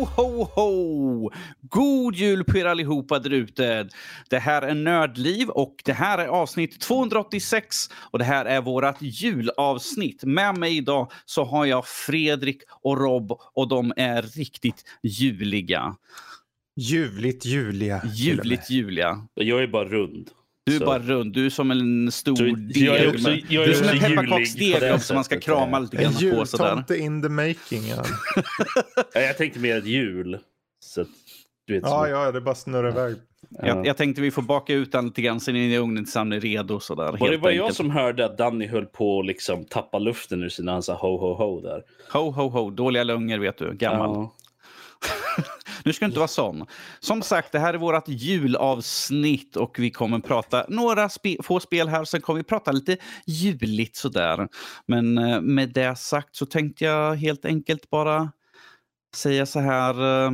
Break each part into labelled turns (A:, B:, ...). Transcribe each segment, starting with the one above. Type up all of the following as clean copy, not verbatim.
A: ho, ho! God jul på er allihopa där ute. Det här är Nördliv och det här är avsnitt 286 och det här är vårat julavsnitt. Med mig idag så har jag Fredrik och Rob och de är riktigt juliga.
B: Ljuvligt Julia.
A: Ljuvligt Julia.
C: Jag är bara rund.
A: Du är bara rund. Du är som en stor deg. Du är som en pepparkaksdeg som man ska krama lite grann på sådär. En
B: jultomte in the making. Ja.
C: Jag tänkte mer ett jul. Så att, du vet,
B: Ja, det bara snurrar iväg.
A: Jag tänkte vi får baka ut den lite grann sen in i ugnen tills han är redo. Sådär,
C: var det var jag som hörde att Danny höll på att liksom tappa luften ur sina hans ho ho ho där.
A: Ho ho ho, dåliga lungor vet du, gammal.
C: Ja.
A: Nu ska det inte vara sån. Som sagt, det här är vårt julavsnitt och vi kommer prata några få spel här. Sen kommer vi prata lite juligt sådär. Men med det sagt så tänkte jag helt enkelt bara säga så här.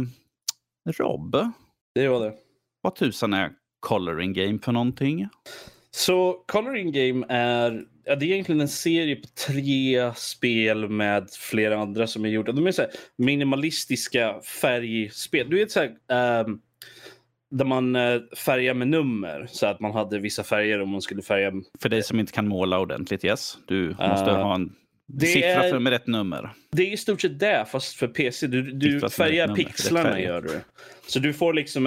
A: Rob,
C: Det var det.
A: vad tusan är Coloring Game för någonting?
C: Så Coloring Game är, det är egentligen en serie på 3 spel med flera andra som är gjorda. De är så här minimalistiska färgspel. Du vet så här, där man färgar med nummer så att man hade vissa färger om man skulle färga.
A: För dig som inte kan måla ordentligt, yes. Du måste ha en siffra med rätt nummer.
C: Det är i stort sett det, fast för PC. Du färgar pixlarna gör du. Så du får liksom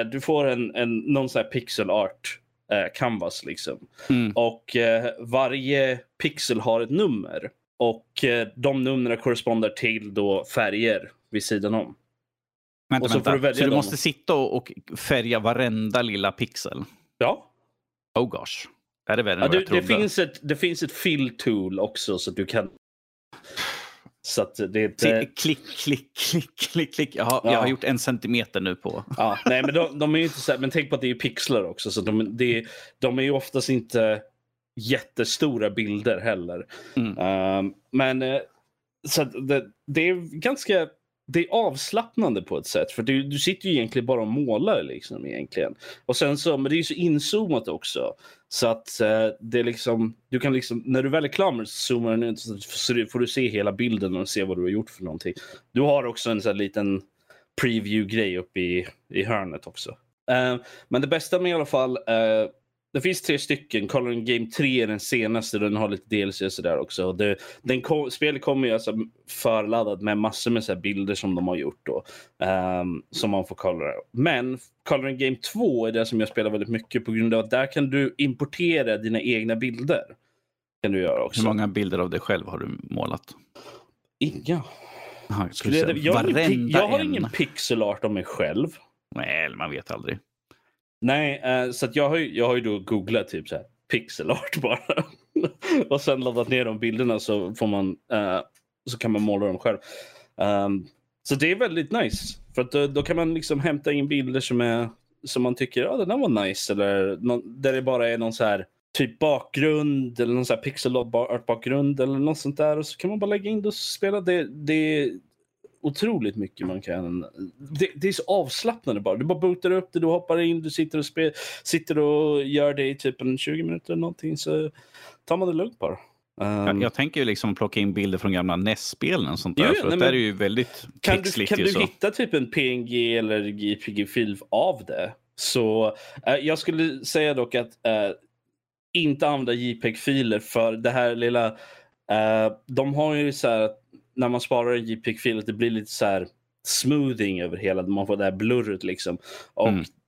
C: någon sån här pixel art canvas liksom. Och varje pixel har ett nummer. Och de numren korrespondar till då färger vid sidan om.
A: Vänta. Så du måste sitta och färga varenda lilla pixel?
C: Ja.
A: Oh gosh. Är det värre än vad jag trodde?
C: Det finns ett fill tool också så att du kan. Så att det är inte...
A: Klick. Jag har gjort 1 centimeter nu på.
C: Ja, nej, men de är ju inte så här, men tänk på att det är pixlar också så de är ju oftast inte jättestora bilder heller. Men så att det är ganska, det är avslappnande på ett sätt för du sitter ju egentligen bara och målar liksom egentligen. Och sen så, men det är ju så inzoomat också. Så att det är liksom, du kan liksom, när du väl är klar med så zoomar den ut så får du se hela bilden och se vad du har gjort för någonting. Du har också en sån här liten preview-grej uppe i hörnet också. Men det bästa med i alla fall, det finns 3 stycken. Coloring Game 3 är den senaste. Den har lite DLC och sådär också. Spelet kommer ju alltså förladdat med massor med så här bilder som de har gjort då. Som man får colora. Men Coloring Game 2 är det som jag spelar väldigt mycket på grund av att där kan du importera dina egna bilder. Kan du göra också.
A: Hur många bilder av dig själv har du målat?
C: Inga.
A: Aha,
C: jag har ingen pixel art av mig själv.
A: Nej, man vet aldrig.
C: Nej, så att jag har ju då googlat typ så här pixel art bara. Och sen laddat ner de bilderna så får man så kan man måla dem själv. Så det är väldigt nice för att då kan man liksom hämta in bilder som man tycker den där var nice eller där det bara är någon så här typ bakgrund eller någon så här pixel art bakgrund eller något sånt där och så kan man bara lägga in det och spela det otroligt mycket man kan. Det är så avslappnande bara. Du bara bootar upp det, du hoppar in, du sitter och gör det i typ en 20 minuter eller någonting så tar man det lugnt bara.
A: Jag tänker ju liksom plocka in bilder från gamla NES-spelen och sånt där. För det är ju väldigt pixligt.
C: Kan du hitta typ en PNG eller JPG-fil av det? Så jag skulle säga dock att inte använda JPEG-filer för det här lilla de har ju så här när man sparar en JPEG-fil att det blir lite så här smoothing över hela, man får det här blurret liksom. Och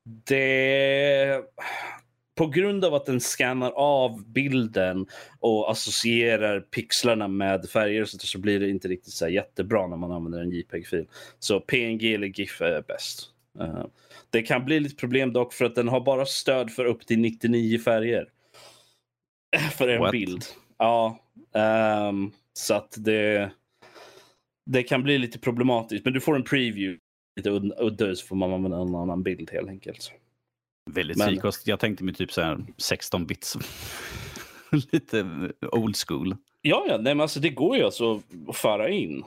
C: det på grund av att den scannar av bilden och associerar pixlarna med färger så blir det inte riktigt så här jättebra när man använder en JPEG-fil. Så PNG eller GIF är bäst. Det kan bli lite problem dock för att den har bara stöd för upp till 99 färger. För en bild. Ja. Så att det kan bli lite problematiskt. Men du får en preview. Lite udda så får man använda en annan bild helt enkelt.
A: Väldigt frikost. Jag tänkte mig typ så här 16 bits. Lite old school. Ja,
C: nej, men alltså det går ju alltså att föra in.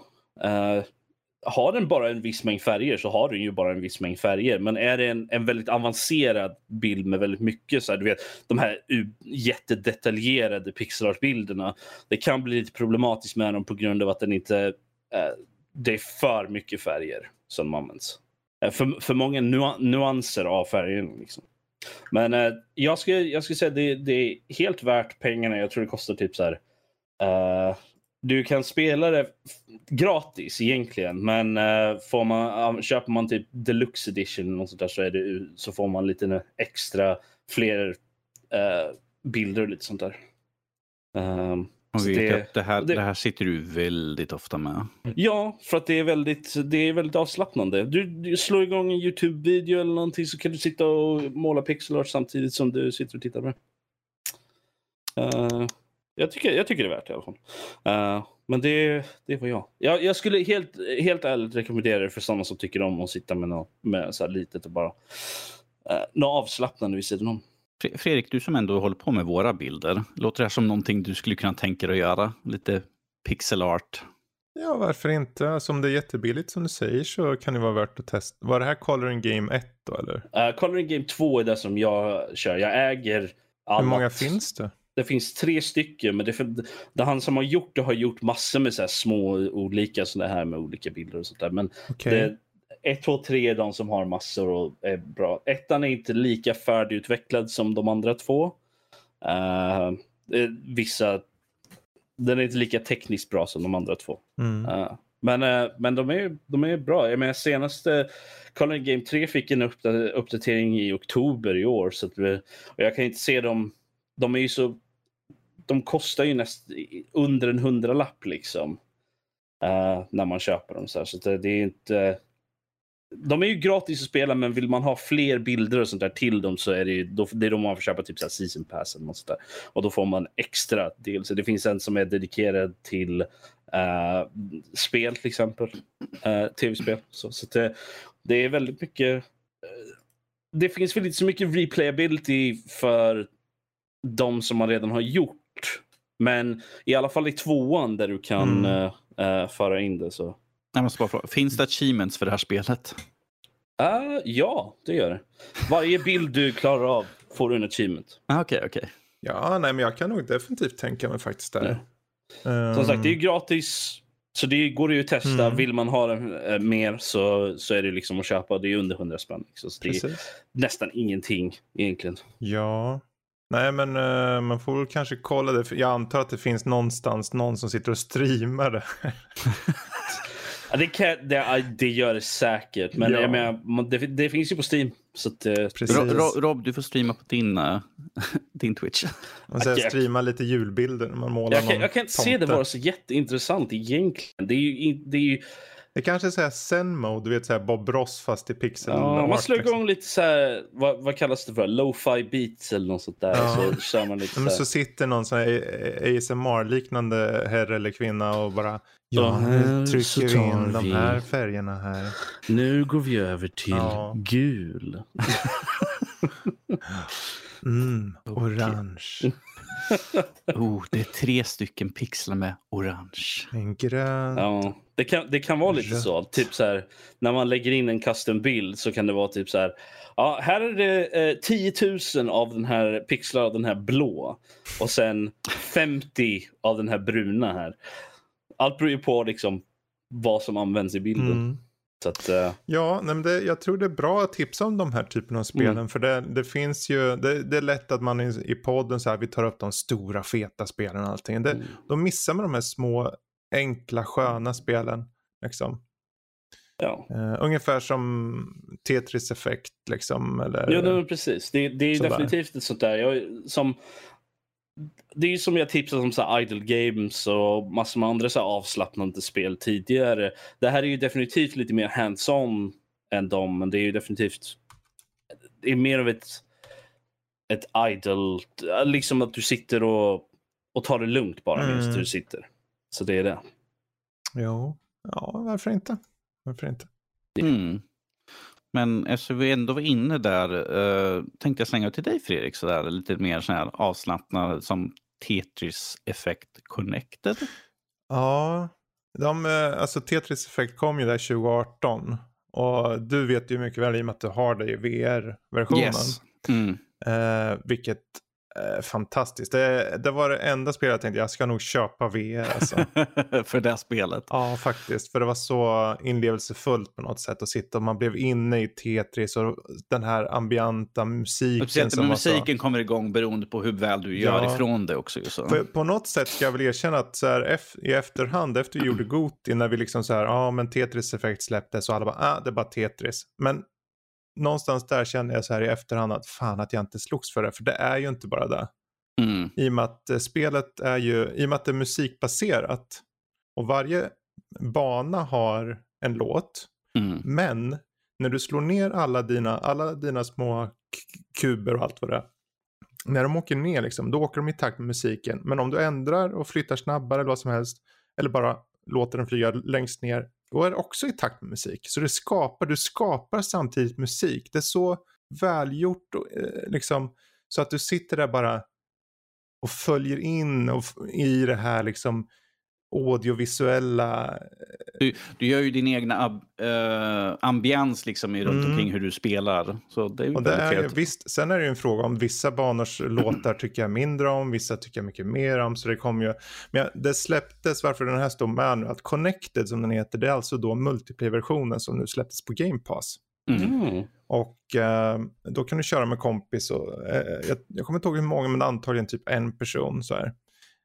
C: Har den bara en viss mängd färger så har den ju bara en viss mängd färger. Men är det en väldigt avancerad bild med väldigt mycket så här, du vet, de här jättedetaljerade pixelartbilderna, det kan bli lite problematiskt med dem på grund av att den inte det är för mycket färger. som används. För många nuanser av färgen. Liksom. Men jag skulle säga det är helt värt pengarna. Jag tror det kostar typ så här. Du kan spela det gratis egentligen, men köper man typ Deluxe Edition och sånt där, så får man lite extra fler bilder och lite sånt där.
A: Och vet att det här sitter du väldigt ofta med.
C: Ja, för att det är väldigt avslappnande. Du slår igång en YouTube-video eller någonting, så kan du sitta och måla pixel art samtidigt som du sitter och tittar på det. Jag tycker det är värt det i alla fall. Men det var jag. Jag skulle helt ärligt rekommendera det för sådana som tycker om att sitta med så här litet och bara något avslappnande vid sidan om.
A: Fredrik, du som ändå håller på med våra bilder, låter det här som någonting du skulle kunna tänka dig att göra? Lite pixel art?
B: Ja, varför inte? Alltså, om det är jättebilligt som du säger så kan det vara värt att testa. Var det här Coloring Game 1 då, eller?
C: Coloring Game 2 är det som jag kör. Jag äger alla.
B: Hur många finns det?
C: Det finns 3 stycken, men det han som har gjort massor med så här små olika sådana här med olika bilder och sånt där. Men
B: okay.
C: 1, 2, 3 är de som har massor och är bra. Ettan är inte lika färdigutvecklad som de andra 2. Den är inte lika tekniskt bra som de andra 2. Men de är bra. Jag menar, senaste Coloring Game 3 fick en uppdatering i oktober i år. Så och jag kan inte se dem. De är ju så. De kostar ju under en 100-lapp liksom. När man köper dem så här. Så det är inte. De är ju gratis att spela, men vill man ha fler bilder och sånt där till dem, så är det är då man får köpa typ så här season pass eller något sånt där. Och då får man extra del. Så det finns en som är dedikerad till spel till exempel. Tv-spel. Så det är väldigt mycket. Det finns väl inte så mycket replayability för de som man redan har gjort. Men i alla fall i 2:an där du kan föra in det så.
A: Jag måste bara fråga, finns det achievements för det här spelet?
B: Ja,
C: det gör det. Varje bild du klarar av får du en achievement.
A: Okej.
B: Ja, nej, men jag kan nog definitivt tänka mig faktiskt där.
C: Som sagt, det är ju gratis. Så det går ju att testa. Vill man ha det mer så är det liksom att köpa. Det är under 100 spänn. Så det är nästan ingenting egentligen.
B: Ja. Nej, men man får väl kanske kolla det. Jag antar att det finns någonstans någon som sitter och streamar det.
C: Det gör det säkert. Men jag menar, det finns ju på Steam. Så att,
A: Rob, du får streama på din Twitch.
B: Man ska streama lite julbilder när man målar någon
C: jag kan inte se det vara så jätteintressant egentligen. Det är ju
B: det kanske är så här Zen-mode, du vet, så här Bob Ross fast i pixel.
C: Ja, man slår igång lite så här, vad kallas det för? Lo-fi beats eller något sånt där.
B: Ja.
C: Så kör man lite
B: men så sitter någon sån här ASMR-liknande herre eller kvinna och bara nu trycker vi in de här färgerna här.
C: Nu går vi över till gul.
B: Orange.
A: Det är 3 stycken pixlar med orange.
B: En grön.
C: Ja, det kan vara lite så. Typ så här, när man lägger in en custom bild så kan det vara typ så här. Ja, här är det 10 000 av den här pixlar av den här blå. Och sen 50 av den här bruna här. Allt beror ju på liksom vad som används i bilden. Så att,
B: ja, men jag tror det är bra att tipsa om de här typerna av spelen. För det finns ju, det är lätt att man i podden så här, vi tar upp de stora feta spelen och allting. Då missar man de här små, enkla, sköna spelen. Liksom.
C: Ja.
B: Ungefär som Tetris Effect liksom. Eller,
C: ja, precis. Det är definitivt ett sånt där. Det är ju som jag tipsat om så här idle games och massor med andra så här avslappnande spel tidigare. Det här är ju definitivt lite mer hands-on än dem, men det är ju definitivt det är mer av ett idle, liksom att du sitter och tar det lugnt bara medan du sitter. Så det är det.
B: Jo, varför inte?
A: Men eftersom vi ändå var inne där, tänkte jag slänga till dig, Fredrik, så där, lite mer sån här avslappnad som Tetris Effect Connected.
B: Ja, alltså Tetris Effect kom ju där 2018 och du vet ju mycket väl i och med att du har det i VR-versionen.
A: Yes.
B: Vilket fantastiskt. Det var det enda spelet jag tänkte jag ska nog köpa VR alltså.
A: För det spelet.
B: Ja, faktiskt. För det var så inlevelsefullt på något sätt att sitta och man blev inne i Tetris och den här ambienta musiken.
A: Speciellt
B: som
A: musiken kommer igång beroende på hur väl du gör ifrån det också. Så.
B: För på något sätt ska jag väl erkänna att så här, i efterhand, efter vi gjorde Goti, när vi liksom så här, men Tetris effekt släpptes och alla bara, det är bara Tetris. Men någonstans där känner jag så här i efterhand att fan att jag inte slogs för det. För det är ju inte bara det. I och med att spelet är ju, i och med att det är musikbaserat och varje bana har en låt. Men när du slår ner alla dina små kuber och allt vad det är. När de åker ner liksom, då åker de i takt med musiken. Men om du ändrar och flyttar snabbare eller vad som helst, eller bara låter den flyga längst ner, då är det också i takt med musik. Så du skapar samtidigt musik. Det är så välgjort och, liksom, så att du sitter där bara och följer in i det här liksom audiovisuella.
A: Du gör ju din egna ambians liksom runt omkring hur du spelar. Så det är
B: och det är, visst, sen är det ju en fråga om vissa banors låtar tycker jag mindre om, vissa tycker jag mycket mer om. Så det kommer ju, men det släpptes, varför den här står med nu, att Connected som den heter, det är alltså då multiplayer-versionen som nu släpptes på Game Pass. Och då kan du köra med kompis och jag kommer inte ihåg hur många, men antagligen typ en person så här.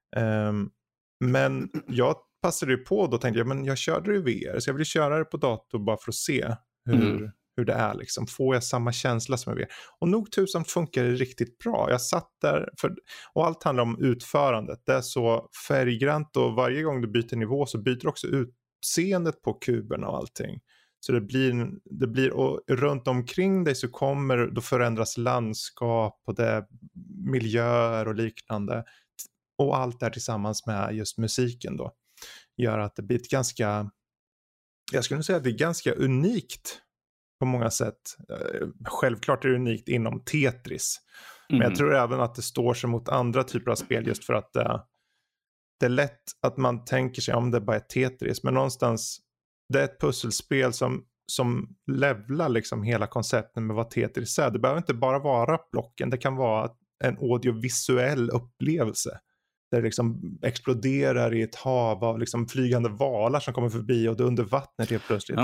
B: Men jag passade ju på då, tänkte jag, men jag körde det i VR så jag vill köra det på dator bara för att se hur det är liksom. Får jag samma känsla som i VR? Och nog tusan funkar det riktigt bra. Jag satt där, och allt handlar om utförandet. Det är så färggrant och varje gång du byter nivå så byter också utseendet på kuberna och allting. Så det blir och runt omkring dig så då förändras landskap och det miljöer och liknande. Och allt där tillsammans med just musiken då gör att det blir ett ganska, jag skulle säga att det är ganska unikt på många sätt. Självklart är det unikt inom Tetris. Men jag tror även att det står sig mot andra typer av spel just för att det är lätt att man tänker sig om det bara är Tetris. Men någonstans, det är ett pusselspel som levlar liksom hela koncepten med vad Tetris är. Det behöver inte bara vara blocken, det kan vara en audiovisuell upplevelse. Där det liksom exploderar i ett hav av liksom flygande valar som kommer förbi och det under vattnet helt plötsligt.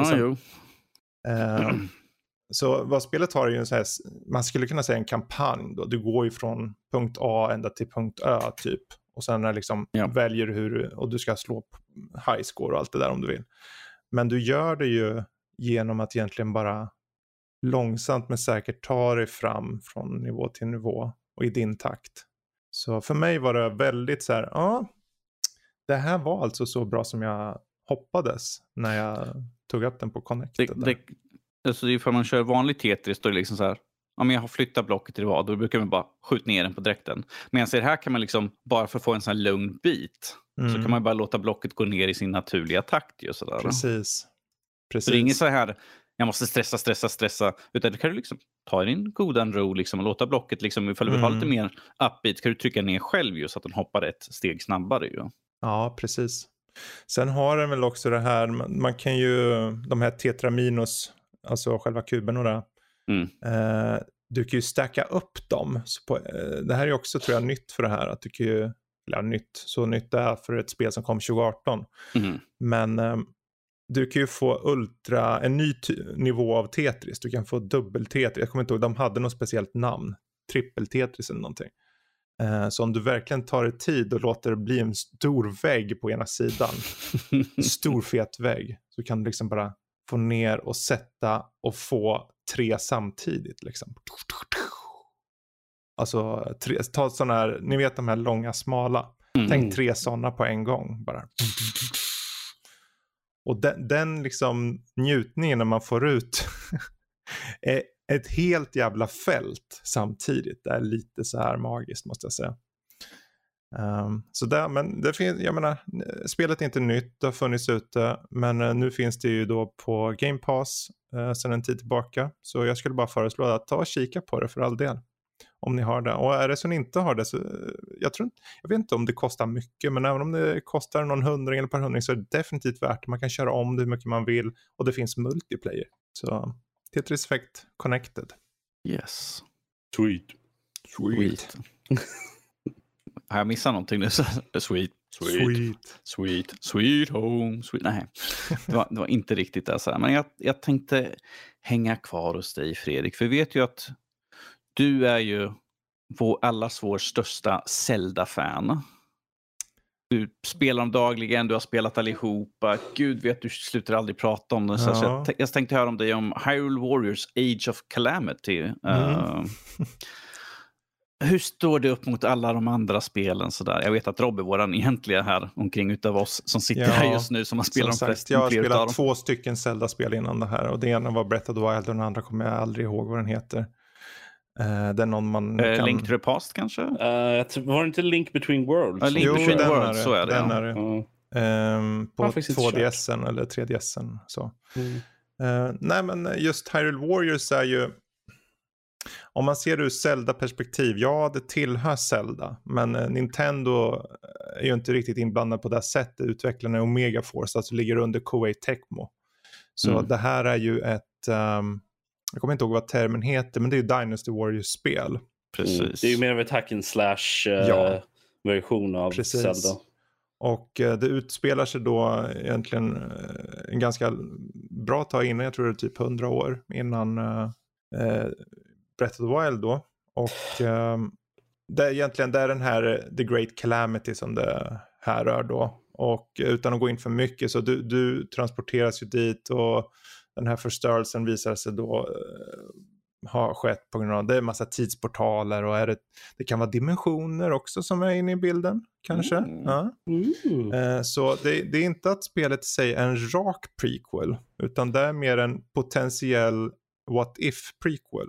B: Så vad spelet har är ju en så här, man skulle kunna säga en kampanj då. Du går ju från punkt A ända till punkt Ö typ. Och sen är liksom väljer du och du ska slå high score och allt det där om du vill. Men du gör det ju genom att egentligen bara långsamt men säkert ta dig fram från nivå till nivå och i din takt. Så för mig var det väldigt så här, det här var alltså så bra som jag hoppades när jag tog upp den på Connected.
A: Alltså ifall man kör vanlig Tetris då är det liksom så här, men jag har flyttat blocket till vad, då brukar man bara skjuta ner den på direkten. Men så här kan man liksom, bara för att få en sån här lugn bit, så kan man bara låta blocket gå ner i sin naturliga takt. Just sådär.
B: Precis.
A: Så det är inget så här, jag måste stressa, utan det kan du liksom ta din goda ro liksom och låta blocket liksom, ifall du vill ha lite mer upbeat kan du trycka ner själv ju så att den hoppar ett steg snabbare ju.
B: Ja, precis. Sen har den väl också det här, man kan ju, de här tetraminos, alltså själva kuberna där, du kan ju stacka upp dem. Så det här är också tror jag nytt för det här, att du kan ju, eller nytt det är för ett spel som kom 2018. Men du kan ju få en ny nivå av Tetris. Du kan få dubbel-Tetris. Jag kommer inte ihåg, de hade något speciellt namn. Trippel-Tetris eller någonting. Så om du verkligen tar dig tid och låter det bli en stor vägg på ena sidan. Stor fet vägg. Så kan du liksom bara få ner och sätta och få 3 samtidigt liksom. Alltså ta sådana här, ni vet de här långa smala. Tänk 3 sådana på en gång bara. Och den liksom njutningen när man får ut ett helt jävla fält samtidigt. Det är lite så här magiskt måste jag säga. Så där, men det finns, jag menar, spelet är inte nytt, det har funnits ute, men nu finns det ju då på Game Pass sedan en tid tillbaka. Så jag skulle bara föreslå att ta och kika på det för all del. Om ni har det. Och är det så ni inte har det så jag vet inte om det kostar mycket, men även om det kostar någon 100 eller ett par hundring så är det definitivt värt det. Man kan köra om det hur mycket man vill och det finns multiplayer. Så Tetris Effect Connected.
A: Yes.
C: Sweet.
A: Har jag missat någonting nu? Sweet home. Sweet. Nej, det var inte riktigt det. Så här. Men jag tänkte hänga kvar hos dig, Fredrik. För vi vet ju att du är ju allas vår största Zelda-fan. Du spelar dem dagligen, du har spelat allihopa. Gud vet, du slutar aldrig prata om det. Ja. Så jag tänkte höra om dig om Hyrule Warriors Age of Calamity. Hur står det upp mot alla de andra spelen? Sådär? Jag vet att Rob är våran egentliga här omkring utav oss som sitter här just nu som har spelat de flesta.
B: Jag har spelat 2 stycken Zelda-spel innan det här. Och det ena var Breath of the Wild och den andra kommer jag aldrig ihåg vad den heter. Det är någon man kan...
A: Link to the Past kanske?
C: Var det inte Link Between Worlds?
A: Link Between Worlds, så är det.
B: Den är det. På 2DSen eller 3DSen. Så. Nej, men just Hyrule Warriors är ju... Om man ser det ur Zelda-perspektiv, ja, det tillhör Zelda. Men Nintendo är ju inte riktigt inblandad på det sättet. Utvecklarna är Omega Force, alltså ligger under Koei Tecmo. Så det här är ju ett... jag kommer inte ihåg vad termen heter, men det är ju Dynasty Warriors-spel.
A: Precis.
C: Det är ju mer av ett hack and slash version av Zelda. Och
B: det utspelar sig då egentligen en ganska bra tag innan, jag tror det är typ 100 år innan Breath of the Wild då. Och det är egentligen den här The Great Calamity som det här rör då. Och utan att gå in för mycket så du transporteras ju dit och den här förstörelsen visar sig då ha skett på grund av det är en massa tidsportaler och det kan vara dimensioner också som är inne i bilden kanske. Ja. Så det är inte att spelet säger en rak prequel utan det är mer en potentiell what if prequel.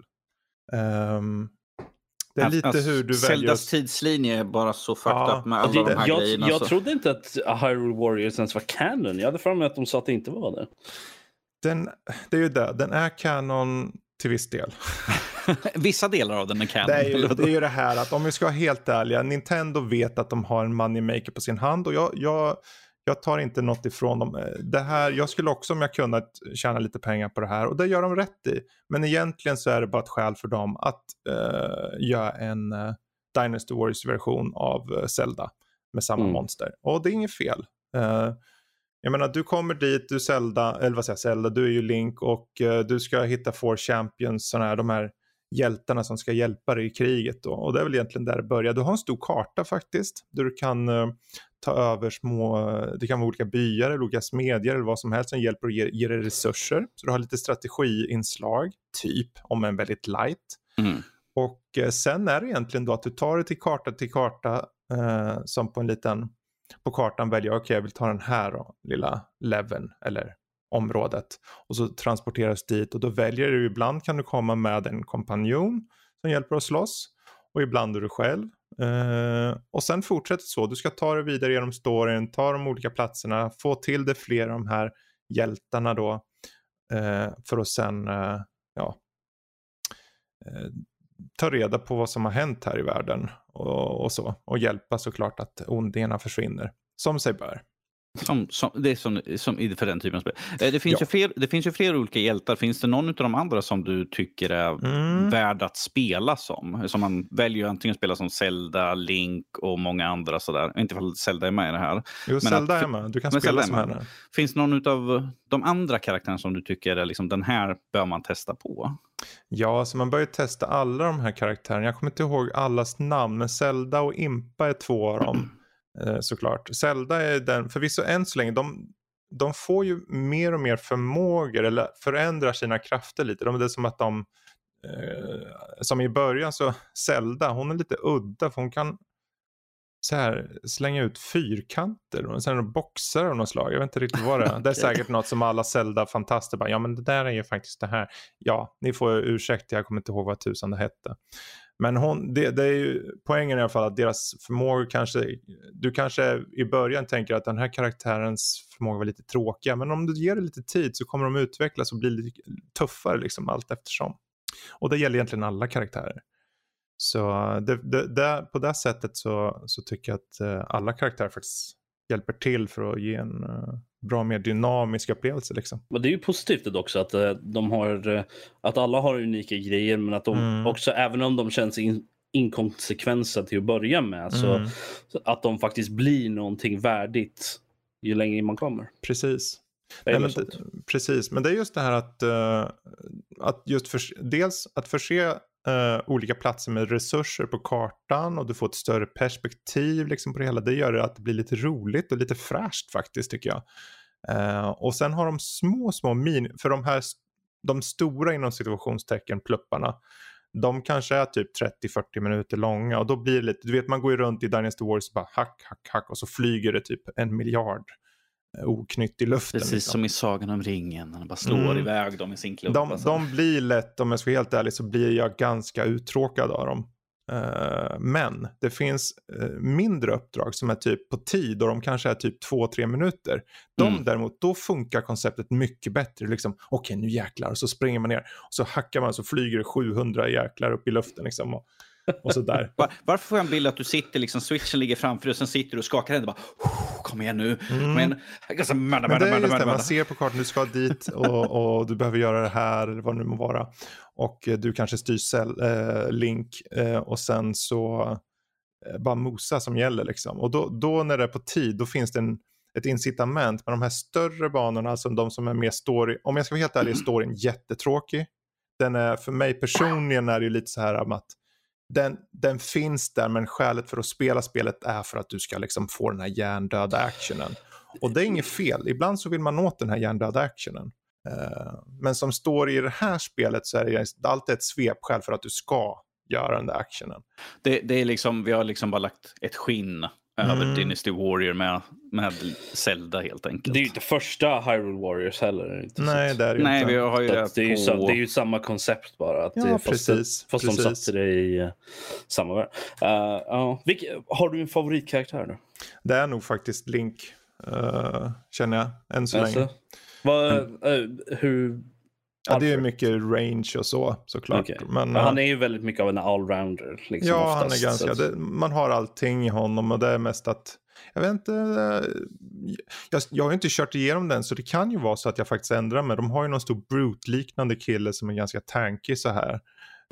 B: Det är lite hur du väljer.
A: Zeldas tidslinje är bara så fucked up med alla de här grejerna.
C: Jag trodde inte att Hyrule Warriors ens var canon. Jag hade för mig att de sa att det inte var det.
B: Det är ju det. Den är canon till viss del.
A: Vissa delar av den är canon.
B: Det är ju det här att om vi ska vara helt ärliga, Nintendo vet att de har en moneymaker på sin hand och jag tar inte något ifrån dem. Det här, jag skulle också om jag kunnat tjäna lite pengar på det här och det gör de rätt i. Men egentligen så är det bara ett skäl för dem att göra en Dynasty Warriors-version av Zelda med samma monster. Och det är inget fel. Jag menar, du kommer dit, du Zelda, du är ju Link och du ska hitta 4 champions, såna här, de här hjältarna som ska hjälpa dig i kriget då. Och det är väl egentligen där det börjar. Du har en stor karta faktiskt, där du kan ta över det kan vara olika byar eller olika smedjor eller vad som helst som hjälper att ge dig resurser. Så du har lite strategiinslag, typ, om en väldigt light. Och sen är det egentligen då att du tar det till karta som på en liten... På kartan väljer jag, jag vill ta den här då, lilla leveln eller området. Och så transporteras dit och då väljer du, ibland kan du komma med en kompanjon som hjälper att slåss. Och ibland är du själv. Och sen fortsätter så. Du ska ta dig vidare genom storyn, ta de olika platserna, få till det fler av de här hjältarna då. För att sen ta reda på vad som har hänt här i världen och så. Och hjälpa såklart att ondingarna försvinner. Som sig bör.
A: Det är som för den typen av spel. Det finns ju fler olika hjältar. Finns det någon av de andra som du tycker är värd att spela som? Som man väljer antingen spela som Zelda, Link och många andra sådär. Inte för att Zelda är med i det här.
B: Jo, Zelda är med. Du kan spela som henne.
A: Finns det någon av de andra karaktärerna som du tycker är liksom, den här bör man testa på?
B: Ja, så man bör ju testa alla de här karaktärerna. Jag kommer inte ihåg allas namn, men Zelda och Impa är 2 av dem. Såklart. Zelda är den, förvisso än så länge, de får ju mer och mer förmågor eller förändrar sina krafter lite. Det är som att som i början så Zelda, hon är lite udda för hon kan så här slänga ut fyrkanter och sen boxar av något slag. Jag vet inte riktigt vad det är. Det är säkert något som alla Zelda-fantaster bara, ja men det där är ju faktiskt det här. Ja, ni får ursäkta, jag kommer inte ihåg vad tusan det hette. Men det är ju poängen i alla fall att deras förmågor du kanske i början tänker att den här karaktärens förmåga var lite tråkiga. Men om du ger det lite tid så kommer de utvecklas och bli lite tuffare liksom allt eftersom. Och det gäller egentligen alla karaktärer. Så på det sättet så tycker jag att alla karaktärer faktiskt hjälper till för att ge en bra, mer dynamisk upplevelse liksom.
C: Men det är ju positivt också att att alla har unika grejer men att de också, även om de känns inkonsekvenser till att börja med. Så att de faktiskt blir någonting värdigt ju längre man kommer.
B: Precis. Precis, men det är just det här att just dels att förse olika platser med resurser på kartan, och du får ett större perspektiv liksom på det hela. Det gör det att det blir lite roligt och lite fräscht faktiskt, tycker jag. Och sen har de små för de stora inom situationstecken plupparna, de kanske är typ 30-40 minuter långa, och då blir det lite, du vet, man går ju runt i Dynasty Wars och bara hack och så flyger det typ 1 miljard oknytt i luften.
A: Precis
B: liksom.
A: Som i Sagan om ringen, han bara slår iväg dem i sin klubb.
B: De blir lätt, om jag ska vara helt ärlig, så blir jag ganska uttråkad av dem. Men det finns mindre uppdrag som är typ på tid, och de kanske är typ 2-3 minuter. Däremot, då funkar konceptet mycket bättre. Liksom, okej, nu jäklar, och så springer man ner och så hackar man, så flyger det 700 jäklar upp i luften liksom, och så där.
A: Varför får jag en bild att du sitter liksom, switchen ligger framför dig och sen sitter du och skakar händerna och bara, kom igen nu. Men det är just det, man
B: ser på kartan, du ska dit och du behöver göra det här, eller vad det nu må vara. Och du kanske styr Link och sen så bara mosa som gäller liksom. Och då när det är på tid, då finns det ett incitament med de här större banorna, alltså de som är mer story. Om jag ska vara helt ärlig, är storyn jättetråkig. Den är, för mig personligen är det ju lite så här om att den finns där, men skälet för att spela spelet är för att du ska liksom få den här hjärndöda actionen. Och det är inget fel. Ibland så vill man åt den här hjärndöda actionen. Men som står i det här spelet så är det alltid ett svepskäl för att du ska göra den där actionen.
A: Det är liksom, vi har liksom bara lagt ett skinn över Dynasty Warrior med Zelda helt enkelt.
C: Det är ju inte första Hyrule Warriors heller. Inte
B: nej, det är ju
A: nej,
B: inte.
A: Vi har ju
C: det är ju samma koncept bara. Att
B: ja,
C: precis. Fast de satte det i samma värld. Har du en favoritkaraktär då?
B: Det är nog faktiskt Link, känner jag, än så länge.
C: Hur...
B: Ja, det är mycket range och såklart. Okay. Men
C: han är ju väldigt mycket av en allrounder. Liksom,
B: ja,
C: oftast,
B: han är ganska... man har allting i honom, och det är mest att... Jag vet inte... Jag har ju inte kört igenom den, så det kan ju vara så att jag faktiskt ändrar mig. De har ju någon stor brute-liknande kille som är ganska tanky så här.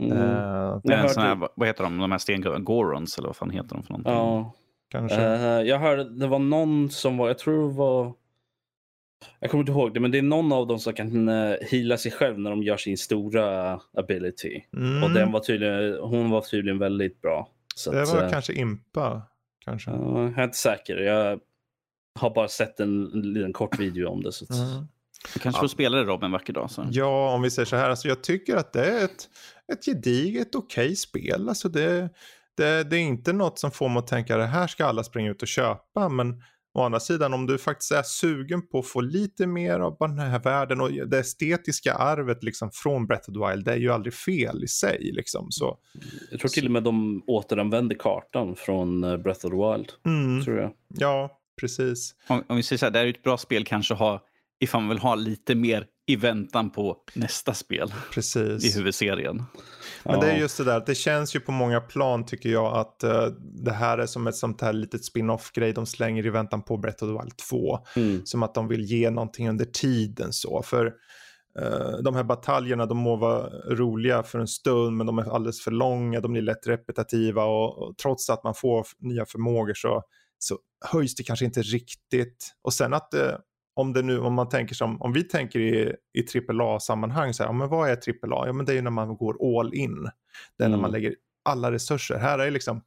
A: Vad heter de här Gorons, eller vad fan heter de för någonting?
C: Ja,
B: kanske.
C: Jag hörde, det var någon som var... Jag tror det var... Jag kommer inte ihåg det, men det är någon av dem som kan heala sig själv när de gör sin stora ability. Och hon var tydligen väldigt bra. Så
B: det var kanske Impa. Kanske.
C: Jag är inte säker. Jag har bara sett en liten kort video om det. Så
A: du kanske får spela det, Rob, en vacker dag. Så.
B: Ja, om vi säger så här. Alltså, jag tycker att det är ett gediget okej spel. Alltså, det är inte något som får mig att tänka det här ska alla springa ut och köpa, men å andra sidan, om du faktiskt är sugen på att få lite mer av den här världen och det estetiska arvet liksom från Breath of the Wild, det är ju aldrig fel i sig liksom. Så,
C: jag tror till och med de återanvänder kartan från Breath of the Wild, tror jag.
B: Ja, precis.
A: Om vi säger så här, det är ett bra spel kanske att ha, ifall man vill ha lite mer i väntan på nästa spel.
B: Precis.
A: I huvudserien.
B: Men det är just det där, det känns ju på många plan, tycker jag, att det här är som ett sånt här litet spin-off-grej de slänger i väntan på Breath of the Wild 2. Som att de vill ge någonting under tiden så. För de här bataljerna, de må vara roliga för en stund, men de är alldeles för långa, de blir lätt repetitiva, och trots att man får nya förmågor så höjs det kanske inte riktigt. Och sen att om man tänker om vi tänker i AAA-sammanhang så här, men vad är AAA? Ja, men det är ju när man går all in. Det är när man lägger alla resurser. Här är liksom,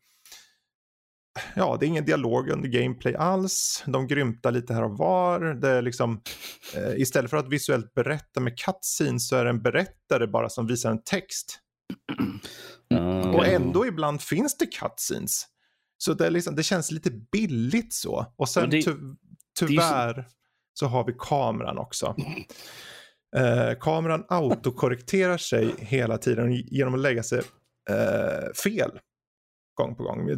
B: ja, det är ingen dialog under gameplay alls. De grymtar lite här och var. Det är liksom, istället för att visuellt berätta med cutscenes så är det en berättare bara som visar en text. Och ändå ibland finns det cutscenes. Så det är liksom, det känns lite billigt så. Och sen tyvärr så har vi kameran också. Kameran autokorrekterar sig hela tiden genom att lägga sig fel gång på gång.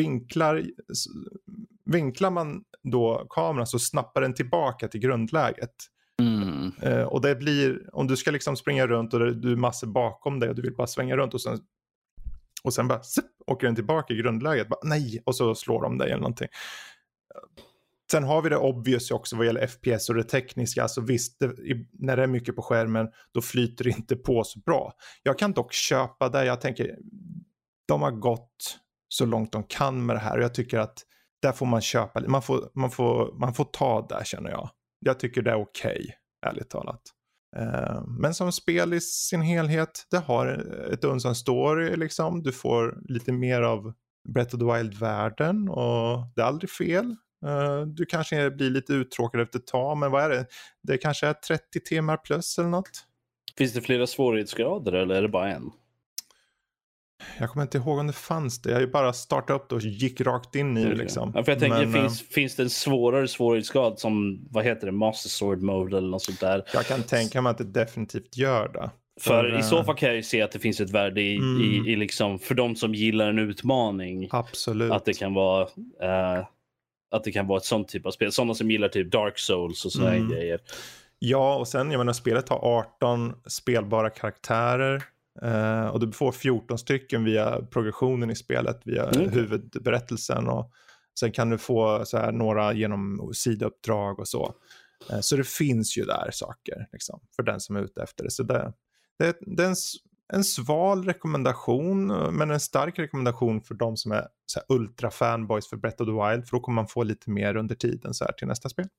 B: Vinklar man då kameran så snappar den tillbaka till grundläget. Och det blir, om du ska liksom springa runt och du är massor bakom dig och du vill bara svänga runt och sen bara åker den tillbaka i grundläget. Bara, nej, och så slår de dig eller någonting. Sen har vi det obvious också vad gäller FPS och det tekniska. Alltså visst, när det är mycket på skärmen då flyter det inte på så bra. Jag kan dock köpa det. Jag tänker, de har gått så långt de kan med det här. Och jag tycker att där får man köpa, man får ta där, känner jag. Jag tycker det är okej, ärligt talat. Men som spel i sin helhet, det har ett unsam story liksom. Du får lite mer av Breath of the Wild-världen och det är aldrig fel. Du kanske blir lite uttråkad efter ett tag, men vad är det? Det kanske är 30 timmar plus eller något.
C: Finns det flera svårighetsgrader eller är det bara en?
B: Jag kommer inte ihåg om det fanns det. Jag har ju bara startat upp det och gick rakt in i det liksom.
C: Ja, för jag tänker, finns det en svårare svårighetsgrad som, vad heter det, Master Sword Mode eller något sånt där?
B: Jag kan tänka mig att det definitivt gör det.
C: För i så fall kan jag ju se att det finns ett värde i liksom, för de som gillar en utmaning.
B: Absolut.
C: Att det kan vara ett sånt typ av spel. Sådana som gillar typ Dark Souls och sådana grejer. Ja,
B: och sen, jag menar, spelet har 18 spelbara karaktärer. Och du får 14 stycken via progressionen i spelet, via huvudberättelsen. Och sen kan du få så här några genom sidouppdrag och så. Så det finns ju där saker liksom, för den som är ute efter det. Så det är en sval rekommendation, men en stark rekommendation för de som är så här ultra fanboys för Breath of the Wild. För då kommer man få lite mer under tiden så här till nästa spel.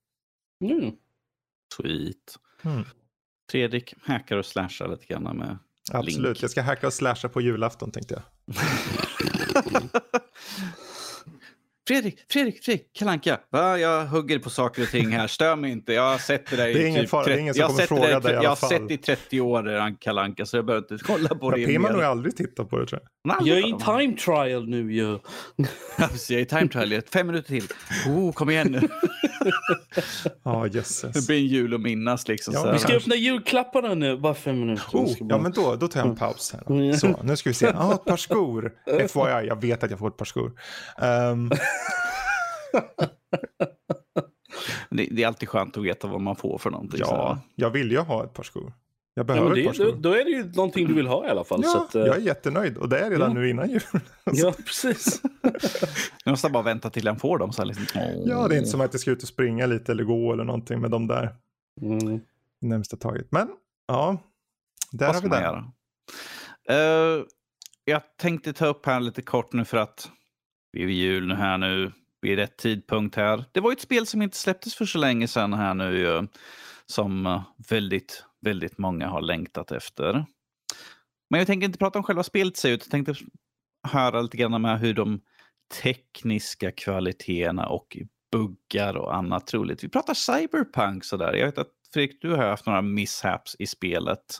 A: Sweet. Fredrik, hackar och slashar lite grann med
B: Absolut,
A: Link.
B: Jag ska hacka och slasha på julafton, tänkte jag.
A: Fredrik, Kalle Anka. Jag hugger på saker och ting här. Stör mig inte. Jag har sett det där i
B: det är ingen fara, det är ingen som kommer fråga dig i alla fall.
A: Jag har sett det i 30 år, Kalle Anka, så jag behöver inte kolla på det.
B: Pima nog aldrig titta på det, tror jag.
C: Jag är i time trial nu ju.
A: Jag är i time trial. 5 minuter till. Kom igen nu.
B: Jösses.
A: Det blir en jul och minnas liksom.
B: Ja,
A: så
C: vi ska öppna julklapparna nu, bara 5 minuter.
B: Ja, men då tar jag en paus här. Så, nu ska vi se. Ett par skor. FYI, jag vet att jag får ett par skor.
A: Det är alltid skönt att veta vad man får för någonting.
B: Ja, jag vill ju ha ett par skor. Jag behöver ett par skor.
C: Då är det ju någonting du vill ha i alla fall.
B: Ja,
C: så att,
B: jag är jättenöjd. Och det är redan nu innan jul.
C: Ja, precis.
A: Jag måste bara vänta till han får dem. Så här liksom.
B: Ja, det är inte som att jag ska ut och springa lite eller gå eller någonting med dem där. I närmsta taget. Men, ja. Där har vi det.
A: Jag tänkte ta upp här lite kort nu för att vi är jul nu här nu. Vi är rätt tidpunkt här. Det var ett spel som inte släpptes för så länge sedan här nu. Som väldigt, väldigt många har längtat efter. Men jag tänker inte prata om själva spelet sig ut. Jag tänkte höra lite grann med hur de tekniska kvaliteterna och buggar och annat troligt. Vi pratar Cyberpunk sådär. Jag vet att Fredrik, du har haft några mishaps i spelet.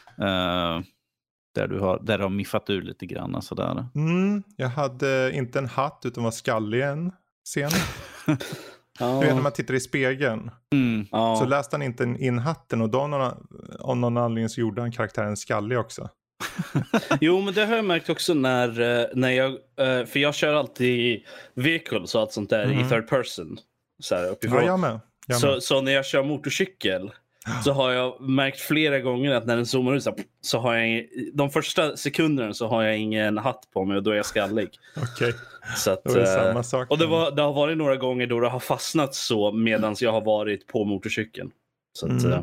A: Där du har miffat ur lite grann sådär.
B: Jag hade inte en hatt utan var skallig en scen. Du vet när man tittar i spegeln. Så läste han inte in hatten och då av någon anledning så gjorde han karaktären skallig också.
C: Jo, men det har jag märkt också när jag, för jag kör alltid vehicles och allt sånt där i third person. Så här uppifrån.
B: Ja, jag med.
C: Så när jag kör motorcykel så har jag märkt flera gånger att när den zoomar ut så har jag de första sekunderna så har jag ingen hatt på mig och då är jag skallig.
B: Okej.
C: Så att,
B: det var samma sak.
C: Och det har varit några gånger då det har fastnat så medan jag har varit på motorcykeln. Så att,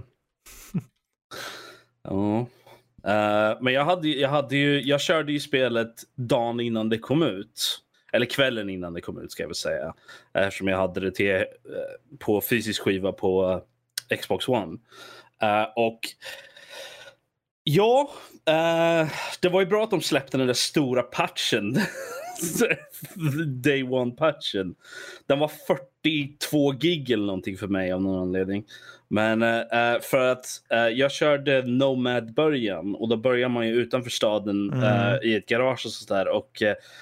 C: men jag körde ju spelet dagen innan det kom ut. Eller kvällen innan det kom ut ska jag väl säga. Eftersom jag hade det på fysisk skiva på Xbox One. Och ja, det var ju bra att de släppte den där stora patchen. Day one-patchen. Den var 42 gig eller någonting för mig av någon anledning. Men för att jag körde Nomad-början. Och då börjar man ju utanför staden i ett garage och sådär. Och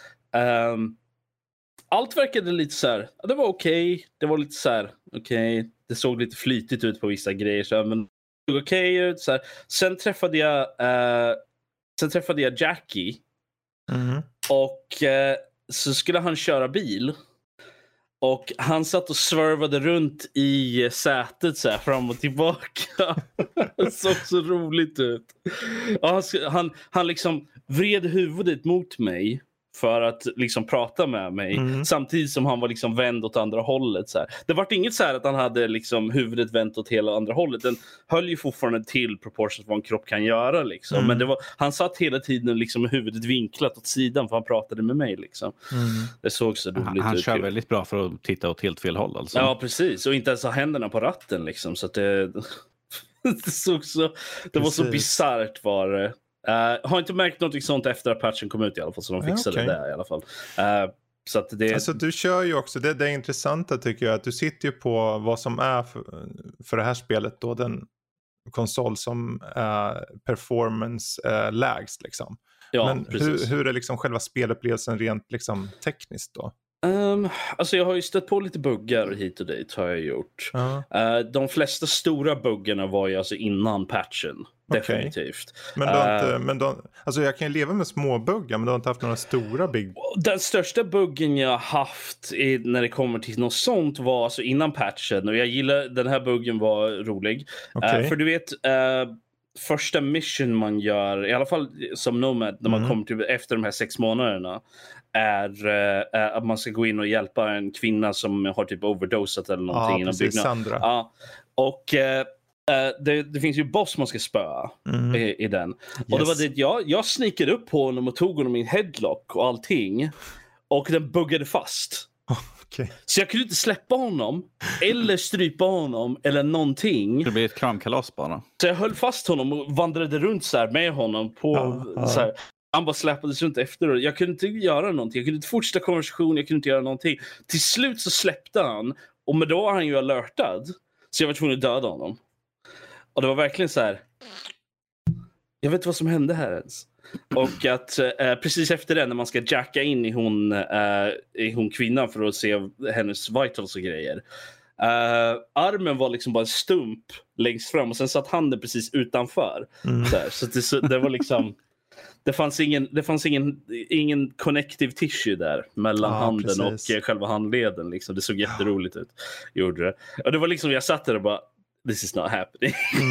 C: allt verkade lite så här. Det var okej. Det var lite så här. Okej. Det såg lite flytigt ut på vissa grejer. Så, men det såg okej ut. Så här. Sen träffade jag Jackie. Och så skulle han köra bil. Och han satt och svärvade runt i sätet så här fram och tillbaka. Det såg så roligt ut. Och han liksom vred huvudet mot mig för att liksom prata med mig samtidigt som han var liksom vänd åt andra hållet så här. Det var inget så här att han hade liksom huvudet vänt åt hela andra hållet. Den höll ju fortfarande till proportions vad en kropp kan göra liksom. Men han satt hela tiden liksom med huvudet vinklat åt sidan för han pratade med mig liksom. Det såg så roligt ut.
A: Han kör väldigt bra för att titta åt helt fel håll alltså.
C: Ja, precis. Och inte ens ha händerna på ratten liksom, så att det såg så, det var så bizarrt var det. Har inte märkt något sånt efter att patchen kom ut i alla fall, så de fixade det i alla fall. Så att det...
B: Alltså du kör ju också, det är intressanta tycker jag, att du sitter ju på vad som är för det här spelet då den konsol som är performance lägst liksom.
C: Ja,
B: men hur är liksom själva spelupplevelsen rent liksom tekniskt då?
C: Alltså jag har ju stött på lite buggar hit och dit har jag gjort. De flesta stora buggarna var ju alltså innan patchen. Definitivt.
B: Men alltså jag kan ju leva med små buggar, men du har inte haft några stora big...
C: Den största buggen jag haft när det kommer till något sånt var alltså innan patchen. Och jag gillar, den här buggen var rolig. För du vet... första mission man gör, i alla fall som Nomad när man kommer till efter de här 6 månaderna, är att man ska gå in och hjälpa en kvinna som har typ overdosat eller någonting inom
B: precis, Sandra.
C: Ja, och det finns ju boss man ska spöa i den. Och det var det jag sneakade upp på honom och tog honom i en headlock och allting. Och den buggade fast. Så jag kunde inte släppa honom eller strypa honom eller någonting.
A: Det blir ett kramkalas bara.
C: Så jag höll fast honom och vandrade runt så här med honom på så här. Han bara släppades runt efter. Jag kunde inte göra någonting. Jag kunde inte fortsätta konversation. Jag kunde inte göra någonting. Till slut så släppte han. Och med då var han ju alertad. Så jag var tvungen att döda honom. Och det var verkligen så här. Jag vet inte vad som hände här ens. Och att precis efter det när man ska jacka in i hon kvinnan för att se hennes vitals och grejer. Armen var liksom bara en stump längst fram och sen satt handen precis utanför. Så det var liksom... Det fanns ingen connective tissue där mellan handen och själva handleden. Liksom. Det såg jätteroligt ut. Gjorde det. Och det var liksom, jag satt där och bara, this is not happening.